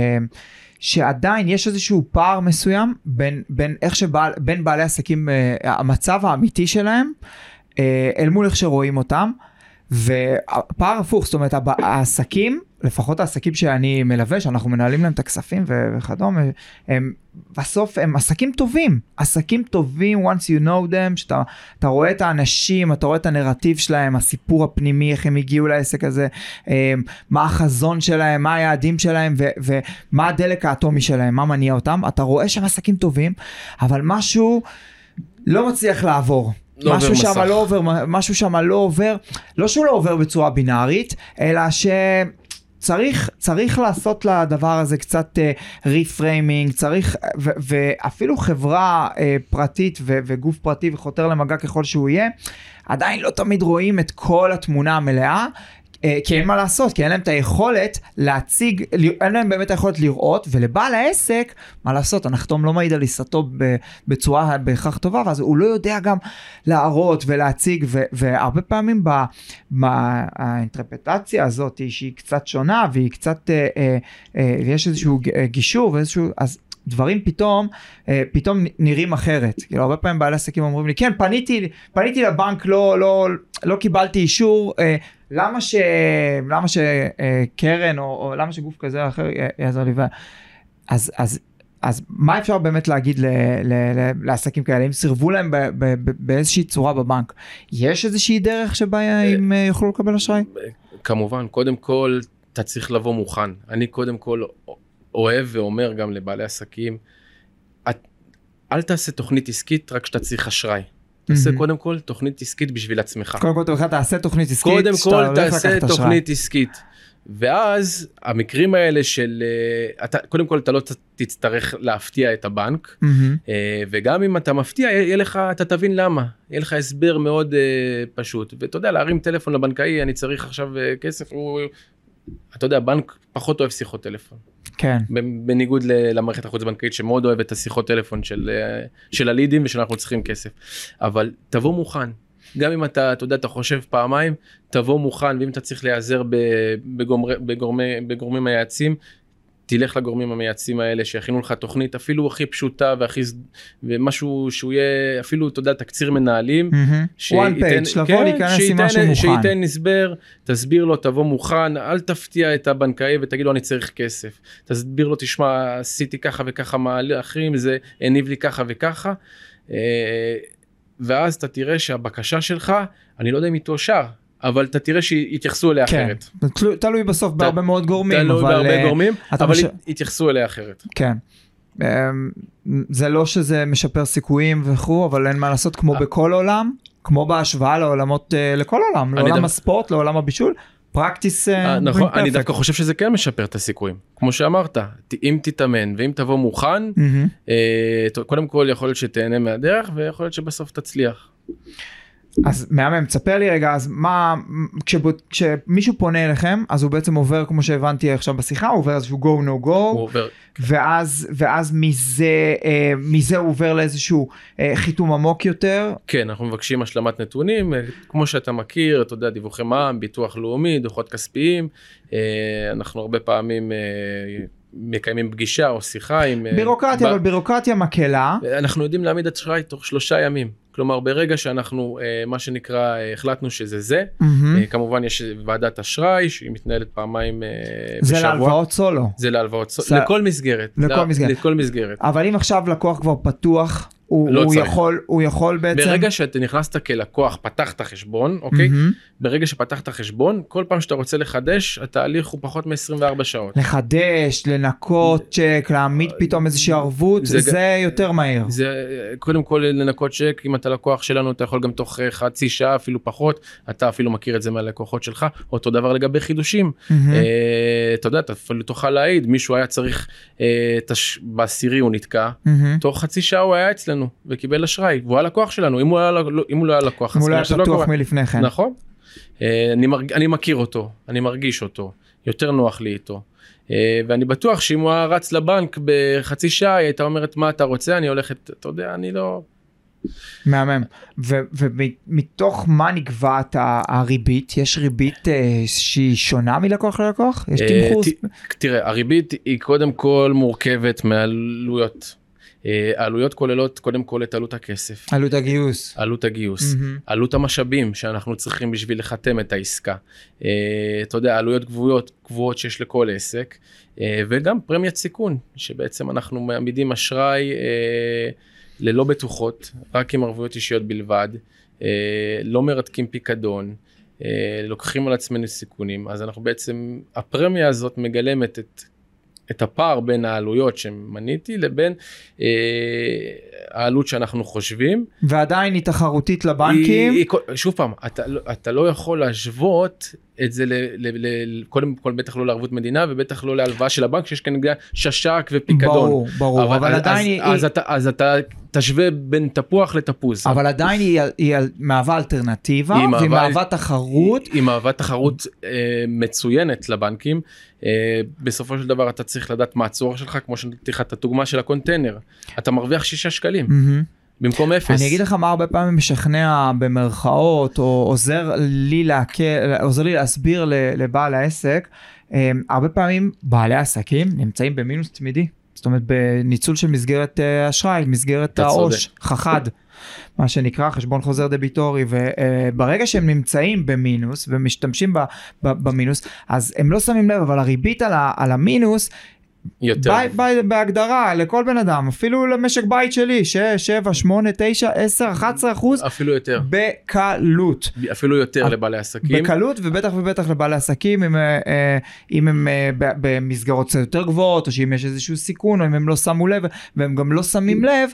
שעדיין יש איזשהו פער מסוים בין, בין איך שבעל, בין בעלי עסקים, המצב האמיתי שלהם, אל מול איך שרואים אותם, ופער הפוך, זאת אומרת, העסקים, לפחות העסקים שאני מלווה, שאנחנו מנהלים להם את הכספים וכדומה, הם בסוף הם עסקים טובים, עסקים טובים, once you know them, שאתה אתה רואה את האנשים, אתה רואה את הנרטיב שלהם, הסיפור הפנימי, איך הם הגיעו לעסק הזה, מה החזון שלהם, מה היעדים שלהם, ו, ומה הדלק האטומי שלהם, מה מניע אותם, אתה רואה שהם עסקים טובים, אבל משהו לא מצליח לעבור. לא משהו שם לא עובר, משהו שם לא עובר, לא שהוא לא עובר בצורה בינארית, אלא שצריך, צריך לעשות לדבר הזה קצת ריפריימינג, צריך, ו, ואפילו חברה פרטית ו, וגוף פרטי וחותר למגע ככל שהוא יהיה, עדיין לא תמיד רואים את כל התמונה המלאה, כי אין מה לעשות, כי אין להם את היכולת להציג, אין להם באמת היכולת לראות, ולבעל העסק, מה לעשות, הנחתום לא מעיד על עיסתו בצורה בהכרח טובה, ואז הוא לא יודע גם להראות ולהציג, והרבה פעמים באינטרפטציה הזאת, שהיא קצת שונה, והיא קצת, ויש איזשהו גישור, ואיזשהו, אז דברים פתאום, פתאום נראים אחרת. כאילו, הרבה פעמים בעלי עסקים אומרים לי, כן, פניתי, פניתי לבנק, לא, לא, לא קיבלתי אישור, למה ש, למה שקרן, או, או למה שגוף כזה או אחר יעזר לי? אז, אז, אז מה אפשר באמת להגיד ל, ל, ל, לעסקים כאלה? אם סירבו להם ב, ב, ב, באיזושהי צורה בבנק, יש איזושהי דרך שבה הם יוכלו לקבל אשראי? כמובן, קודם כל, אתה צריך לבוא מוכן. אני קודם כל אוהב ואומר גם לבעלי עסקים, אל תעשה תוכנית עסקית רק שאתה צריך אשראי. תעשה קודם כל תוכנית עסקית בשביל עצמך. קודם כל תעשה תוכנית עסקית. קודם כל תעשה תוכנית עסקית. ואז המקרים האלה של, קודם כל אתה לא תצטרך להפתיע את הבנק, וגם אם אתה מפתיע, יהיה לך, אתה תבין למה. יהיה לך הסבר מאוד פשוט. ואתה יודע, להרים טלפון לבנקאי, אני צריך עכשיו כסף, אתה יודע, בנק פחות אוהב שיחות טלפון. כן. בניגוד למערכת החוץ בנקאית שמאוד אוהבת את השיחות טלפון של, של הלידים ושאנחנו צריכים כסף. אבל תבוא מוכן. גם אם אתה, אתה יודע, אתה חושב פעמיים, תבוא מוכן, ואם אתה צריך להיעזר בגורמי, בגורמי, בגורמים מייעצים, תלך לגורמים המייעצים האלה שיכינו לך תוכנית אפילו הכי פשוטה והכי, ומשהו שהוא יהיה אפילו, אתה יודע, תקציר מנהלים. one page, לבוא להיכנס עם משהו מוכן. שייתן נסבר, תסביר לו, תבוא מוכן, אל תפתיע את הבנקאי ותגיד לו אני צריך כסף. תסביר לו, תשמע, עשיתי ככה וככה מהלכים, זה הניב לי ככה וככה. ואז אתה תראה שהבקשה שלך, אני לא יודע אם היא תאושר, אבל אתה תראה שיתייחסו אליה אחרת. כן, תלוי בסוף בהרבה מאוד גורמים. תלוי בהרבה גורמים, אבל יתייחסו אליה אחרת. כן. זה לא שזה משפר סיכויים וכו', אבל אין מה לעשות כמו בכל עולם, כמו בהשוואה לעולמות, לכל עולם, לעולם הספורט, לעולם הבישול, פרקטיס. נכון, אני דווקא חושב שזה כן משפר את הסיכויים. כמו שאמרת, אם תתאמן ואם תבוא מוכן, קודם כל יכול להיות שתהנה מהדרך, ויכול להיות שבסוף תצליח. אז מהמם, תספר לי רגע, אז מה, כשבו, כשמישהו פונה אליכם, אז הוא בעצם עובר, כמו שהבנתי עכשיו בשיחה, הוא עובר איזשהו go no go, עובר. ואז, ואז מזה, אה, מזה הוא עובר לאיזשהו אה, חיתום עמוק יותר. כן, אנחנו מבקשים השלמת נתונים, כמו שאתה מכיר, אתה יודע, דיווחי מע"מ, ביטוח לאומי, דוחות כספיים, אה, אנחנו הרבה פעמים... אה, מקיימים פגישה או שיחה עם... בירוקרטיה, ב... אבל בירוקרטיה מקלה. אנחנו יודעים להעמיד את אשראי תוך שלושה ימים. כלומר, ברגע שאנחנו, מה שנקרא, החלטנו שזה זה, mm-hmm. כמובן יש ועדת אשראי, שהיא מתנהלת פעמיים זה בשבוע. זה להלוואות סולו. זה להלוואות סולו, ס... לכל מסגרת. לכל לה... מסגרת. לכל מסגרת. אבל אם עכשיו לקוח כבר פתוח הוא, לא הוא, צריך. יכול, הוא יכול בעצם... ברגע שאתה נכנסת כלקוח, פתחת חשבון, אוקיי? Mm-hmm. ברגע שפתחת חשבון, כל פעם שאתה רוצה לחדש, התהליך הוא פחות מ-עשרים וארבע שעות. לחדש, לנקות צ'ק, להעמיד פתאום איזושהי ערבות, זה, זה, זה יותר מהר. זה, קודם כל לנקות צ'ק, אם אתה לקוח שלנו, אתה יכול גם תוך חצי שעה, אפילו פחות, אתה אפילו מכיר את זה מהלקוחות שלך, אותו דבר לגבי חידושים. Mm-hmm. אה, אתה יודע, אתה אפילו תוכל להעיד, מישהו היה צריך, אה, תש... בעשירי הוא נתקע, mm-hmm. תוך חצי שעה הוא היה אצלנו, וקיבל אשראי, והוא היה לקוח שלנו, אם הוא, היה, אם הוא לא היה לקוח, אם הוא לא היה פתוח מלפני כן. נכון. אני, מרג... אני מכיר אותו, אני מרגיש אותו, יותר נוח לי איתו. ואני בטוח שאם הוא היה רץ לבנק בחצי שעה, היא הייתה אומרת מה אתה רוצה, אני הולכת, אתה יודע, אני לא... מהמם. ומתוך מה נקבעת הריבית? יש ריבית שהיא שונה מלקוח ללקוח? יש תמחור? תראה, הריבית היא קודם כל מורכבת מעלויות. העלויות כוללות קודם כל את עלות הכסף. עלות הגיוס. עלות הגיוס. Mm-hmm. עלות המשאבים שאנחנו צריכים בשביל לחתם את העסקה. Uh, אתה יודע, עלויות גבוהות, גבוהות שיש לכל עסק, uh, וגם פרמיית סיכון, שבעצם אנחנו מעמידים אשראי uh, ללא בטוחות, רק עם ערבויות אישיות בלבד, uh, לא מרתקים פיקדון, uh, לוקחים על עצמנו סיכונים, אז אנחנו בעצם, הפרמיה הזאת מגלמת את את הפער בין העלויות שמניתי לבין אה, העלות שאנחנו חושבים. ועדיין היא תחרותית לבנקים. היא, היא, שוב פעם, אתה, אתה לא יכול להשוות את זה, ל, ל, ל, קודם כל בטח לא לערבות מדינה, ובטח לא להלוואה של הבנק, שיש כאן ששק ופיקדון. ברור, ברור, אבל, אבל אז, עדיין אז, היא... אז, אתה, אז אתה תשווה בין תפוח לתפוז. אבל עדיין היא, היא מהווה אלטרנטיבה, היא והיא מהווה תחרות. היא, היא מהווה תחרות אה, מצוינת לבנקים. אה, בסופו של דבר אתה צריך לדעת מה הצורך שלך, כמו שנתתי לך את הדוגמה של הקונטיינר. אתה מרוויח שישה שקלים. Mm-hmm. במקום אפס. אני אגיד לך מה הרבה פעמים משכנע במרכאות, או עוזר לי להקל, עוזר לי להסביר לבעל העסק, הרבה פעמים בעלי עסקים נמצאים במינוס תמידי, זאת אומרת בניצול של מסגרת אשראי, מסגרת העו"ש, חחד, מה שנקרא חשבון חוזר דביטורי, וברגע שהם נמצאים במינוס ומשתמשים במינוס, אז הם לא שמים לב, אבל הריבית על המינוס, יותר. בי, בי, בהגדרה, לכל בן אדם, אפילו למשק בית שלי, שש, שבע, שמונה, תשע, עשר, אחת עשרה אחוז. אפילו יותר. בקלות. אפילו יותר לבעלי עסקים. בקלות, ובטח ובטח לבעלי עסקים, אם, אם הם במסגרות יותר גבוהות, או שאם יש איזשהו סיכון, או אם הם לא שמו לב, והם גם לא שמים לב,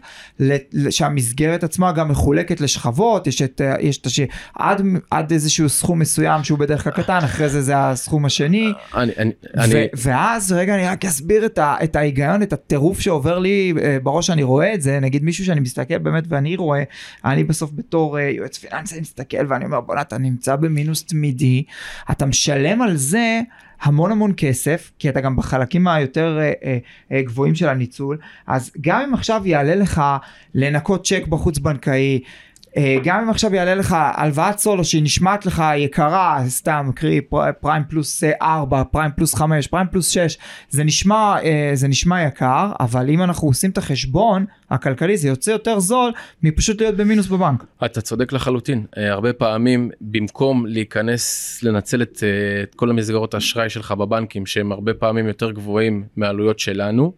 שהמסגרת עצמה גם מחולקת לשכבות, יש את, יש את, עד, עד איזשהו סכום מסוים, שהוא בדרך כלל קטן, אחרי זה זה הסכום השני. אני, אני, ו, אני... ואז, רגע, אני רק אסביר את, ה, את ההיגיון, את הטירוף שעובר לי בראש, אני רואה את זה, נגיד מישהו שאני מסתכל באמת ואני רואה, אני בסוף בתור יועץ פיננסי מסתכל ואני אומר, בוא, אתה נמצא במינוס תמידי, אתה משלם על זה המון המון כסף, כי אתה גם בחלקים היותר אה, אה, גבוהים של הניצול, אז גם אם עכשיו יעלה לך לנקות צ'ק בחוץ בנקאי, גם אם עכשיו יעלה לך הלוואת סולו שהיא נשמעת לך יקרה, סתם קרי פריים פלוס ארבע, פריים פלוס חמש, פריים פלוס שש, זה נשמע, זה נשמע יקר, אבל אם אנחנו עושים את החשבון הכלכלי, זה יוצא יותר זול מפשוט להיות במינוס בבנק. אתה צודק לחלוטין, הרבה פעמים במקום להיכנס, לנצל את, את כל המסגרות האשראי שלך בבנקים, שהם הרבה פעמים יותר גבוהים מהעלויות שלנו,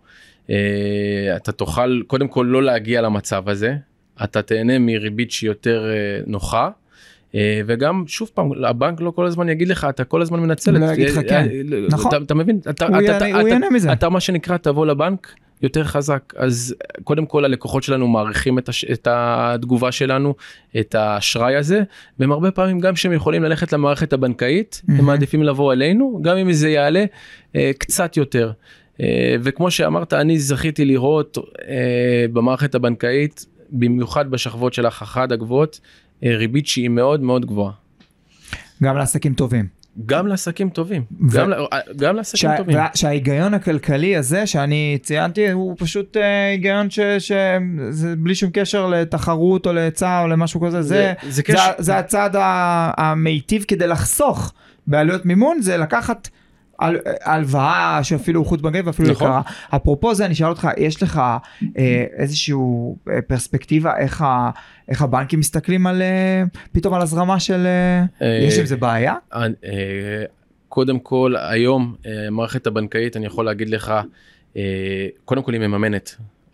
אתה תוכל קודם כל לא להגיע למצב הזה, אתה תהנה מריבית שהיא יותר נוחה, וגם שוב פעם, הבנק לא כל הזמן יגיד לך, אתה כל הזמן מנצל את זה. לא יגיד לך כן, נכון. אתה מבין? הוא ייהנה מזה. אתה מה שנקרא, תבוא לבנק יותר חזק, אז קודם כל הלקוחות שלנו מעריכים את התגובה שלנו, את האשראי הזה, והם הרבה פעמים גם שהם יכולים ללכת למערכת הבנקאית, הם מעדיפים לבוא אלינו, גם אם זה יעלה קצת יותר. וכמו שאמרת, אני זכיתי לראות במערכת הבנקאית, במיוחד בשכבות של החחד הגבוהות, ריבית שהיא מאוד מאוד גבוהה. גם לעסקים טובים. גם לעסקים טובים. ו... גם, גם לעסקים ש... טובים. שההיגיון הכלכלי הזה שאני ציינתי, הוא פשוט היגיון שזה בלי שום קשר לתחרות או להיצע או למשהו כזה. זה, זה, זה, קש... זה, זה הצעד המיטיב כדי לחסוך בעלויות מימון, זה לקחת הלוואה שאפילו חוץ בנקאי ואפילו נכון. יקרה. אפרופו זה, אני שאל אותך, יש לך אה, איזשהו פרספקטיבה, איך, ה, איך הבנקים מסתכלים על, אה, פתאום על הזרמה של, אה, יש עם זה בעיה? אה, אה, קודם כל, היום, אה, מערכת הבנקאית, אני יכול להגיד לך, אה, קודם כל היא מממנת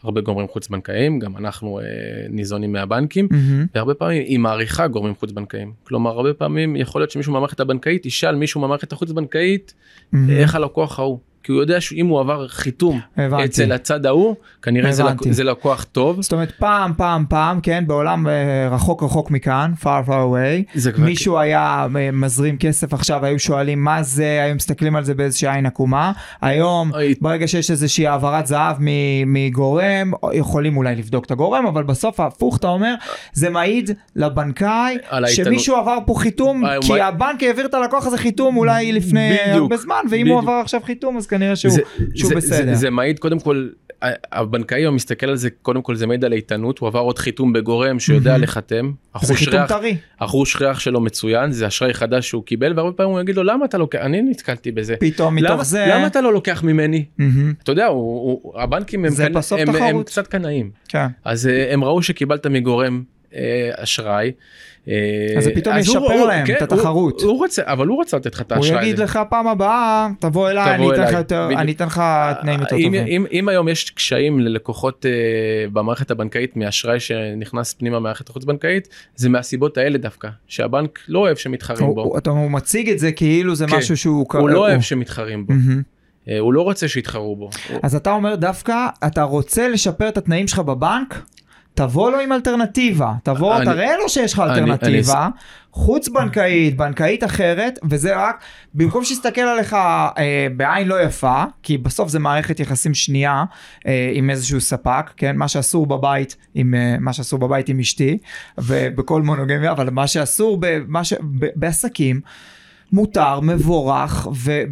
הרבה גורמים חוץ בנקאיים, גם אנחנו אה, ניזונים מהבנקים, mm-hmm. והרבה פעמים היא מעריכה גורמים חוץ בנקאיים. כלומר, הרבה פעמים יכול להיות שמישהו מהמערכת הבנקאית, ישאל מישהו מהמערכת החוץ בנקאית, mm-hmm. איך הלקוח ההוא. כי הוא יודע שאם הוא עבר חיתום הבנתי. אצל הצד ההוא, כנראה זה, לק... זה לקוח טוב. זאת אומרת, פעם, פעם, פעם, כן, בעולם רחוק רחוק מכאן, far far away, מישהו היה מזרים כסף עכשיו, היו שואלים מה זה, היו מסתכלים על זה באיזושהי עין עקומה, היום, ברגע שיש איזושהי העברת זהב מגורם, יכולים אולי לבדוק את הגורם, אבל בסוף ההפוך, אתה אומר, זה מעיד לבנקאי, שמישהו עבר פה חיתום, כי הבנק העביר את הלקוח הזה חיתום אולי לפני הרבה זמן, ואם הוא עבר עכשיו חיתום, אז כנראה שהוא, זה, שהוא זה, בסדר. זה, זה מעיד, קודם כל, הבנקאי הוא מסתכל על זה, קודם כל זה מעיד על איתנות, הוא עבר עוד חיתום בגורם שיודע לחתם. זה חיתום טרי. החוש ריח שלו מצוין, זה אשראי חדש שהוא קיבל, והרבה פעמים הוא יגיד לו, למה אתה לוקח, אני נתקלתי בזה. פתאום מתוך למה, זה. למה אתה לא לוקח ממני? אתה יודע, הוא, הוא, הבנקים הם, הם, הם, הם קצת קנאים. כן. אז הם ראו שקיבלת מגורם אשראי, אז זה פתאום ישפר להם את התחרות. הוא רוצה, אבל הוא רוצה לתת לך את האשראי. הוא יגיד לך פעם הבאה, תבוא אליי, אני אתן לך תנאים יותר טובים. אם היום יש קשיים ללקוחות במערכת הבנקאית מאשראי שנכנס פנימה מהמערכת החוץ בנקאית, זה מהסיבות האלה דווקא, שהבנק לא אוהב שמתחרים בו. הוא מציג את זה כאילו זה משהו שהוא... הוא לא אוהב שמתחרים בו. הוא לא רוצה שיתחרו בו. אז אתה אומר דווקא, אתה רוצה לשפר את התנאים שלך בבנק? תבוא לו עם אלטרנטיבה, תבוא, אני, תראה לו שיש לך אלטרנטיבה, אני, חוץ בנקאית, בנקאית אחרת, וזה רק, במקום שיסתכל עליך אה, בעין לא יפה, כי בסוף זה מערכת יחסים שנייה, אה, עם איזשהו ספק, כן, מה שאסור בבית, עם, אה, מה שאסור בבית עם אשתי, ובכל מונוגמיה, אבל מה שאסור במה ש, ב, בעסקים, מותר, מבורך,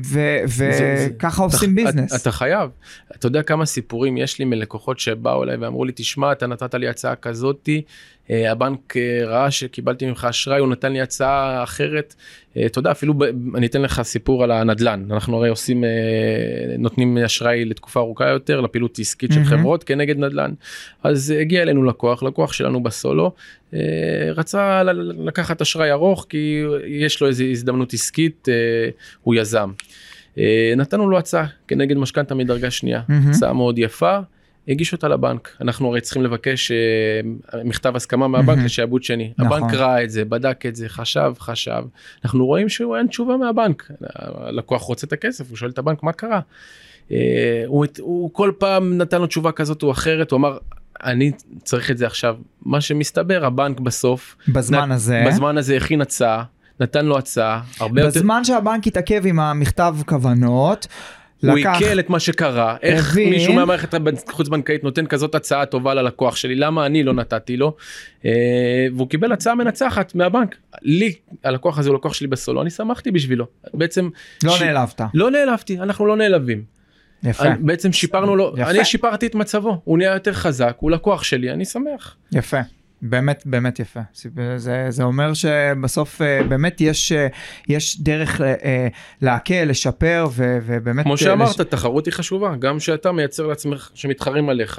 וככה עושים ביזנס. אתה חייב. אתה יודע כמה סיפורים יש לי מלקוחות שבאו אליי ואמרו לי, תשמע, אתה נתת לי הצעה כזאתי, הבנק ראה שקיבלתי ממך אשראי, הוא נתן לי הצעה אחרת. אתה יודע, אפילו אני אתן לך סיפור על הנדלן. אנחנו הרי עושים, נותנים אשראי לתקופה ארוכה יותר, לפעילות עסקית של חברות כנגד נדלן. אז הגיע אלינו לקוח, לקוח שלנו בסולו, רצה לקחת אשראי ארוך, כי יש לו איזו הזדמנות עסקית, הוא יזם. נתנו לו הצעה כנגד משכנתא מדרגה שנייה, הצעה מאוד יפה, הגיש אותה לבנק. אנחנו הרי צריכים לבקש מכתב הסכמה מהבנק לשעבוד שני. הבנק ראה את זה, בדק את זה, חשב, חשב. אנחנו רואים שהוא אין תשובה מהבנק. הלקוח רוצה את הכסף, הוא שואל את הבנק, מה קרה? הוא, הוא כל פעם נתן לו תשובה כזאת או אחרת, הוא אמר, אני צריך את זה עכשיו. מה שמסתבר, הבנק בסוף, בזמן נ... הזה, בזמן הזה הכין הצעה, נתן לו הצעה, הרבה בזמן יותר... שהבנק יתעכב עם המכתב כוונות, הוא עיקל את מה שקרה, איך מישהו מהמערכת חוץ בנקאית נותן כזאת הצעה טובה ללקוח שלי, למה אני לא נתתי לו, והוא קיבל הצעה מנצחת מהבנק, לי, הלקוח הזה הוא לקוח שלי בסולו, אני שמחתי בשבילו, בעצם... לא נעלבת. לא נעלבתי, אנחנו לא נעלבים. יפה. בעצם שיפרנו לו, אני שיפרתי את מצבו, הוא נהיה יותר חזק, הוא לקוח שלי, אני שמח. יפה. באמת, באמת יפה. זה, זה אומר שבסוף באמת יש, יש דרך להקל, לשפר, ו, ובאמת... כמו שאמרת, לש... תחרות היא חשובה, גם שאתה מייצר לעצמך, שמתחרים עליך.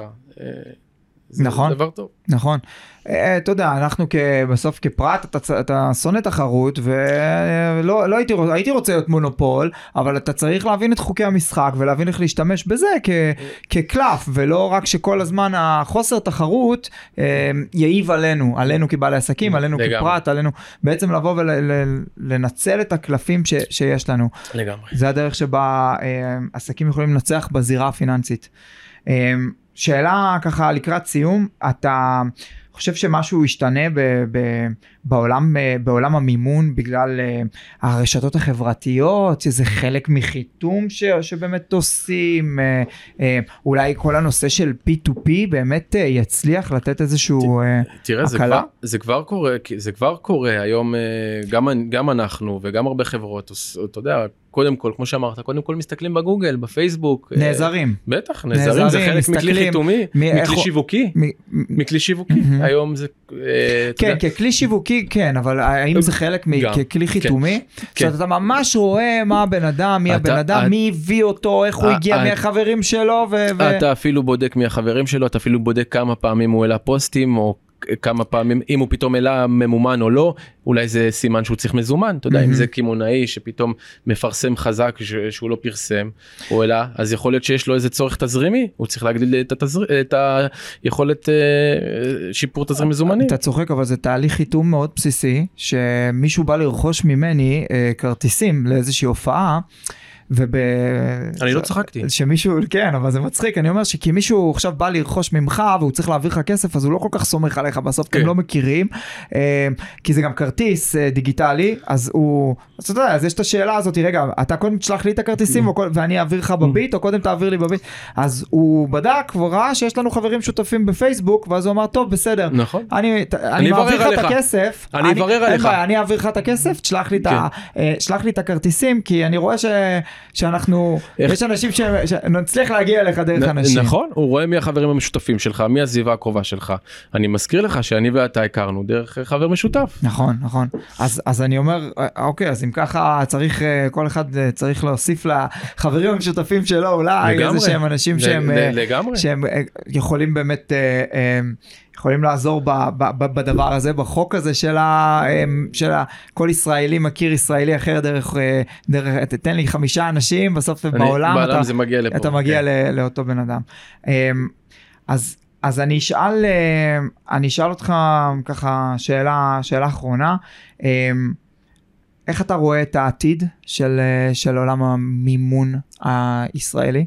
זה נכון, דבר טוב. נכון. אתה יודע, אנחנו בסוף כפרט, אתה, אתה שונא תחרות, ולא לא הייתי, הייתי רוצה להיות מונופול, אבל אתה צריך להבין את חוקי המשחק, ולהבין איך להשתמש בזה כ, כקלף, ולא רק שכל הזמן החוסר תחרות יעיב עלינו, עלינו כבעלי עסקים, עלינו כפרט, עלינו, בעצם לבוא ולנצל את הקלפים ש, שיש לנו. לגמרי. זה הדרך שבה עסקים יכולים לנצח בזירה הפיננסית. שאלה ככה לקראת סיום, אתה חושב שמשהו ישתנה ב, ב, בעולם, בעולם המימון בגלל הרשתות החברתיות, שזה חלק מחיתום ש, שבאמת עושים, אולי כל הנושא של פי טו פי באמת יצליח לתת איזשהו תראה, זה כבר, זה כבר קורה, זה כבר קורה היום, גם, גם אנחנו וגם הרבה חברות, אתה יודע, קודם כל, כמו שאמרת, קודם כל מסתכלים בגוגל, בפייסבוק. נעזרים. בטח, נעזרים, זה חלק מכלי חיתומי, מכלי שיווקי, מכלי שיווקי, היום זה... כן, ככלי שיווקי, כן, אבל האם זה חלק מכלי חיתומי? זאת אומרת, אתה ממש רואה מה הבן אדם, מי הבן אדם, מי הביא אותו, איך הוא הגיע מהחברים שלו, ו... אתה אפילו בודק מהחברים שלו, אתה אפילו בודק כמה פעמים הוא העלה פוסטים, או כמה פעמים, אם הוא פתאום העלה ממומן או לא, אולי זה סימן שהוא צריך מזומן, אתה יודע, mm-hmm. אם זה קימונאי שפתאום מפרסם חזק ש- שהוא לא פרסם, או אלא, אז יכול להיות שיש לו איזה צורך תזרימי, הוא צריך להגדיל את, התזר... את היכולת אה, שיפור תזרים מזומני. אתה צוחק, אבל זה תהליך חיתום מאוד בסיסי, שמישהו בא לרכוש ממני אה, כרטיסים לאיזושהי הופעה, וב... אני לא צחקתי. שמישהו, כן, אבל זה מצחיק, אני אומר שכי מישהו עכשיו בא לרכוש ממך, והוא צריך להעביר לך כסף, אז הוא לא כל כך סומך עליך, בסוף אתם לא מכירים, כי זה גם כרטיס דיגיטלי, אז הוא, אז אתה יודע, אז יש את השאלה הזאת, רגע, אתה קודם תשלח לי את הכרטיסים, ואני אעביר לך בביט, או קודם תעביר לי בביט, אז הוא בדק, וראה שיש לנו חברים שותפים בפייסבוק, ואז הוא אמר, טוב, בסדר, נכון. אני, אני מעביר לך את הכסף, אני אברר עליך. אני אעביר לך את הכסף, תשלח לי את ה, שלח לי את הכרטיסים, כי אני רואה ש שאנחנו, יש אנשים שנצליח להגיע אליך דרך אנשים. נכון, הוא רואה מי החברים המשותפים שלך, מי הסביבה הקרובה שלך. אני מזכיר לך שאני ואתה הכרנו דרך חבר משותף. נכון, נכון. אז, אז אני אומר, אוקיי, אז אם ככה צריך, כל אחד צריך להוסיף לחברים המשותפים שלו, אולי איזה שהם אנשים שהם, שהם יכולים באמת, יכולים לעזור ב, ב, ב, בדבר הזה, בחוק הזה של, ה, של ה, כל ישראלי מכיר ישראלי אחר דרך, דרך, תתן לי חמישה אנשים, בסוף אני, בעולם, אתה, זה מגיע לפה, אתה מגיע כן. ל, לאותו בן אדם. אז, אז אני אשאל, אני אשאל אותך ככה שאלה, שאלה אחרונה, איך אתה רואה את העתיד של, של עולם המימון הישראלי?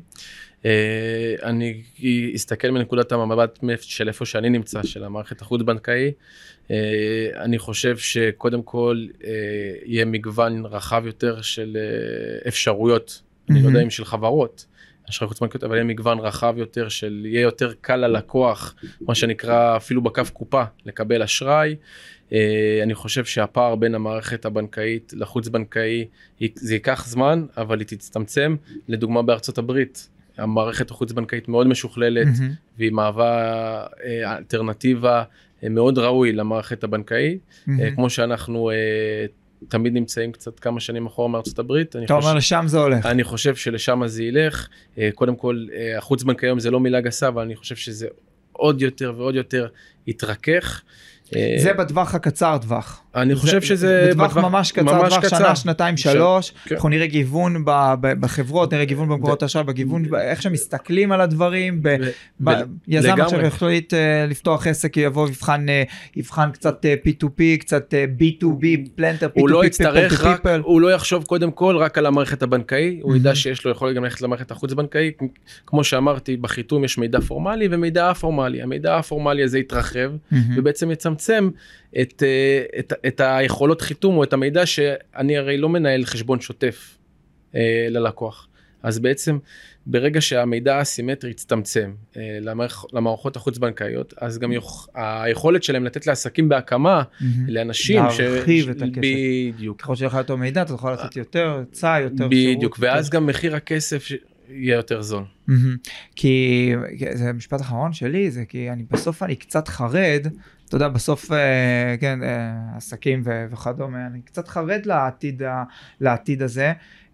אני אסתכל מנקודת המבט של איפה שאני נמצא, של המערכת החוץ בנקאי. אני חושב שקודם כל יהיה מגוון רחב יותר של אפשרויות, אני לא יודע אם של חברות, אשראי חוץ בנקאיות, אבל יהיה מגוון רחב יותר של, יהיה יותר קל ללקוח, מה שנקרא אפילו בקו קופה, לקבל אשראי. אני חושב שהפער בין המערכת הבנקאית לחוץ בנקאי, זה ייקח זמן, אבל היא תצטמצם. לדוגמה בארצות הברית, המערכת החוץ בנקאית מאוד משוכללת, mm-hmm. והיא מהווה אלטרנטיבה מאוד ראוי למערכת הבנקאית, mm-hmm. כמו שאנחנו תמיד נמצאים קצת כמה שנים אחורה מארצות הברית. אתה אומר לשם זה הולך. אני חושב שלשם זה ילך. קודם כל, החוץ בנקאי היום זה לא מילה גסה, אבל אני חושב שזה עוד יותר ועוד יותר יתרכך. זה בטווח הקצר טווח. אני חושב שזה בטווח ממש קצר, טווח שנה, שנתיים, שלוש, אנחנו נראה גיוון בחברות, נראה גיוון במקורות אשראי, בגיוון, איך שמסתכלים על הדברים, יזם עכשיו החליט לפתוח עסק, יבוא ויבחן קצת פי טו פי, קצת בי טו בי, פלנטר, פי טו פי, פי טו פי, הוא לא יחשוב קודם כל רק על המערכת הבנקאי, הוא ידע שיש לו יכול גם ללכת למערכת החוץ בנקאי, כמו שאמרתי, בחיתום יש מידע פורמלי ומידע א-פורמלי, המידע א-פורמלי הזה יתרחב, ובעצם יצמצם את, את, את היכולות חיתום או את המידע שאני הרי לא מנהל חשבון שוטף אה, ללקוח. אז בעצם ברגע שהמידע הסימטרי יצטמצם אה, למערכ, למערכות החוץ בנקאיות, אז גם יוכ, היכולת שלהם לתת לעסקים בהקמה, mm-hmm. לאנשים להרחיב ש... את הכסף. בדיוק. ככל שיהיה לך יותר מידע, אתה יכול לתת יותר צע, יותר בדיוק, שירות. ואז יותר... גם מחיר הכסף ש... יהיה יותר זול. Mm-hmm. כי זה משפט אחרון שלי, זה כי אני בסוף אני קצת חרד, אתה יודע, בסוף, כן, עסקים וכדומה, אני קצת חרד לעתיד, לעתיד הזה,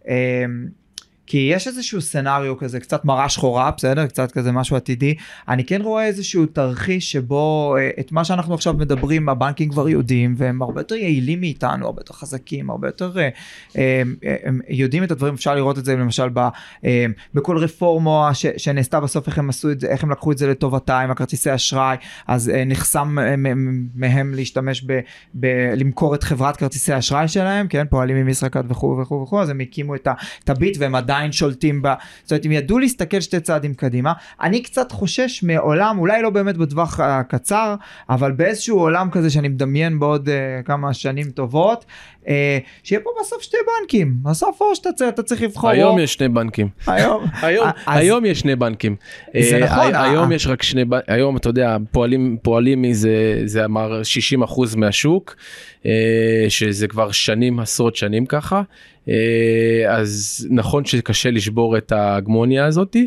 כי יש איזשהו סנריו כזה, קצת מראה שחורה, בסדר? קצת כזה משהו עתידי. אני כן רואה איזשהו תרחיש שבו את מה שאנחנו עכשיו מדברים, הבנקים כבר יודעים, והם הרבה יותר יעילים מאיתנו, הרבה יותר חזקים, הרבה יותר הם יודעים את הדברים, אפשר לראות את זה למשל בכל רפורמה שנעשתה בסוף, איך הם עשו את זה, איך הם לקחו את זה לטובתה עם הכרטיסי אשראי, אז נחסם מהם להשתמש למכור את חברת כרטיסי אשראי שלהם, כן? פועלים עם ישראכרט וכו' וכו' וכו', אז הם הקימו את הביט והם עדיין שולטים בה, זאת אומרת, הם ידעו להסתכל שתי צעדים קדימה. אני קצת חושש מעולם, אולי לא באמת בטווח הקצר, אבל באיזשהו עולם כזה שאני מדמיין בעוד uh, כמה שנים טובות, uh, שיהיה פה בסוף שתי בנקים, בסוף או שאתה אתה צריך לבחור. היום או... יש שני בנקים. היום, היום, אז... היום יש שני בנקים. זה uh, נכון. היום uh... יש רק שני בנקים, היום אתה יודע, פועלים, פועלים מזה, זה אמר שישים אחוז מהשוק, uh, שזה כבר שנים, עשרות שנים ככה, אז נכון שקשה לשבור את ההגמוניה הזאת,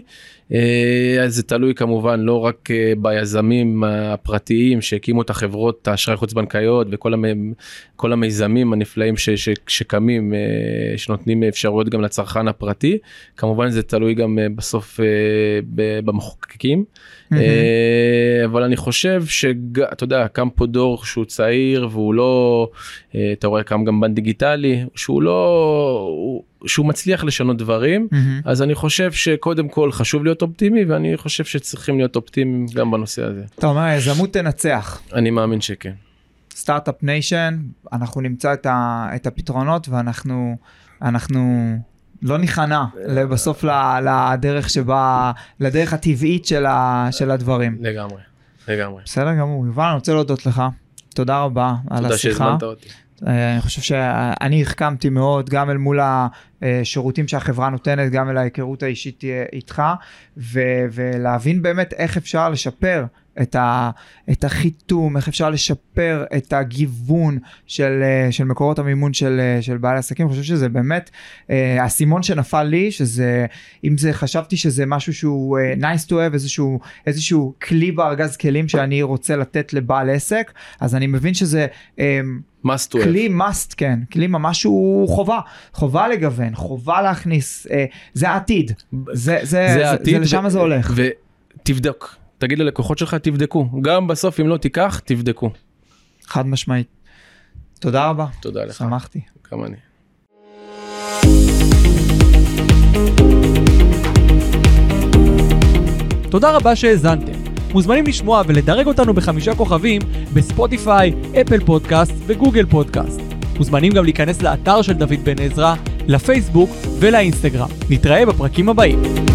אז זה תלוי כמובן לא רק ביזמים הפרטיים שהקימו את החברות האשראי חוץ בנקאיות וכל המ... כל המיזמים הנפלאים ש... ש... שקמים, שנותנים אפשרויות גם לצרכן הפרטי, כמובן זה תלוי גם בסוף במחוקקים, mm-hmm. אבל אני חושב שאתה יודע, קם פה דור שהוא צעיר והוא לא, אתה רואה קם גם בנק דיגיטלי, שהוא לא, שהוא מצליח לשנות דברים, mm-hmm. אז אני חושב שקודם כל חשוב להיות אופטימי, ואני חושב שצריכים להיות אופטימיים גם בנושא הזה. אתה אומר, היזמות תנצח. אני מאמין שכן. סטארט-אפ ניישן, אנחנו נמצא את, ה, את הפתרונות, ואנחנו אנחנו לא ניכנע בסוף לדרך שבה, לדרך הטבעית של, ה, של הדברים. לגמרי, לגמרי. בסדר גמור. יובל, אני רוצה להודות לך. תודה רבה על השיחה. תודה שהזמנת אותי. אני חושב שאני החכמתי מאוד, גם אל מול השירותים שהחברה נותנת, גם אל ההיכרות האישית איתך, ו- ולהבין באמת איך אפשר לשפר את, ה- את החיתום, איך אפשר לשפר את הגיוון של, של מקורות המימון של, של בעלי עסקים. אני חושב שזה באמת, הסימון שנפל לי, שזה, אם זה חשבתי שזה משהו שהוא nice to have, איזשהו, איזשהו כלי בארגז כלים שאני רוצה לתת לבעל עסק, אז אני מבין שזה must to כלי have. must, כן, כלי ממש הוא חובה, חובה לגוון, חובה להכניס, זה העתיד, זה, זה, זה, זה, זה לשם ו- זה הולך. ותבדוק. תגיד ללקוחות שלך, תבדקו. גם בסוף, אם לא תיקח, תבדקו. חד משמעית. תודה רבה. תודה לך. שמחתי. גם אני. תודה רבה שהאזנתם. מוזמנים לשמוע ולדרג אותנו בחמישה כוכבים בספוטיפיי, אפל פודקאסט וגוגל פודקאסט. מוזמנים גם להיכנס לאתר של דוד בן עזרא, לפייסבוק ולאינסטגרם. נתראה בפרקים הבאים.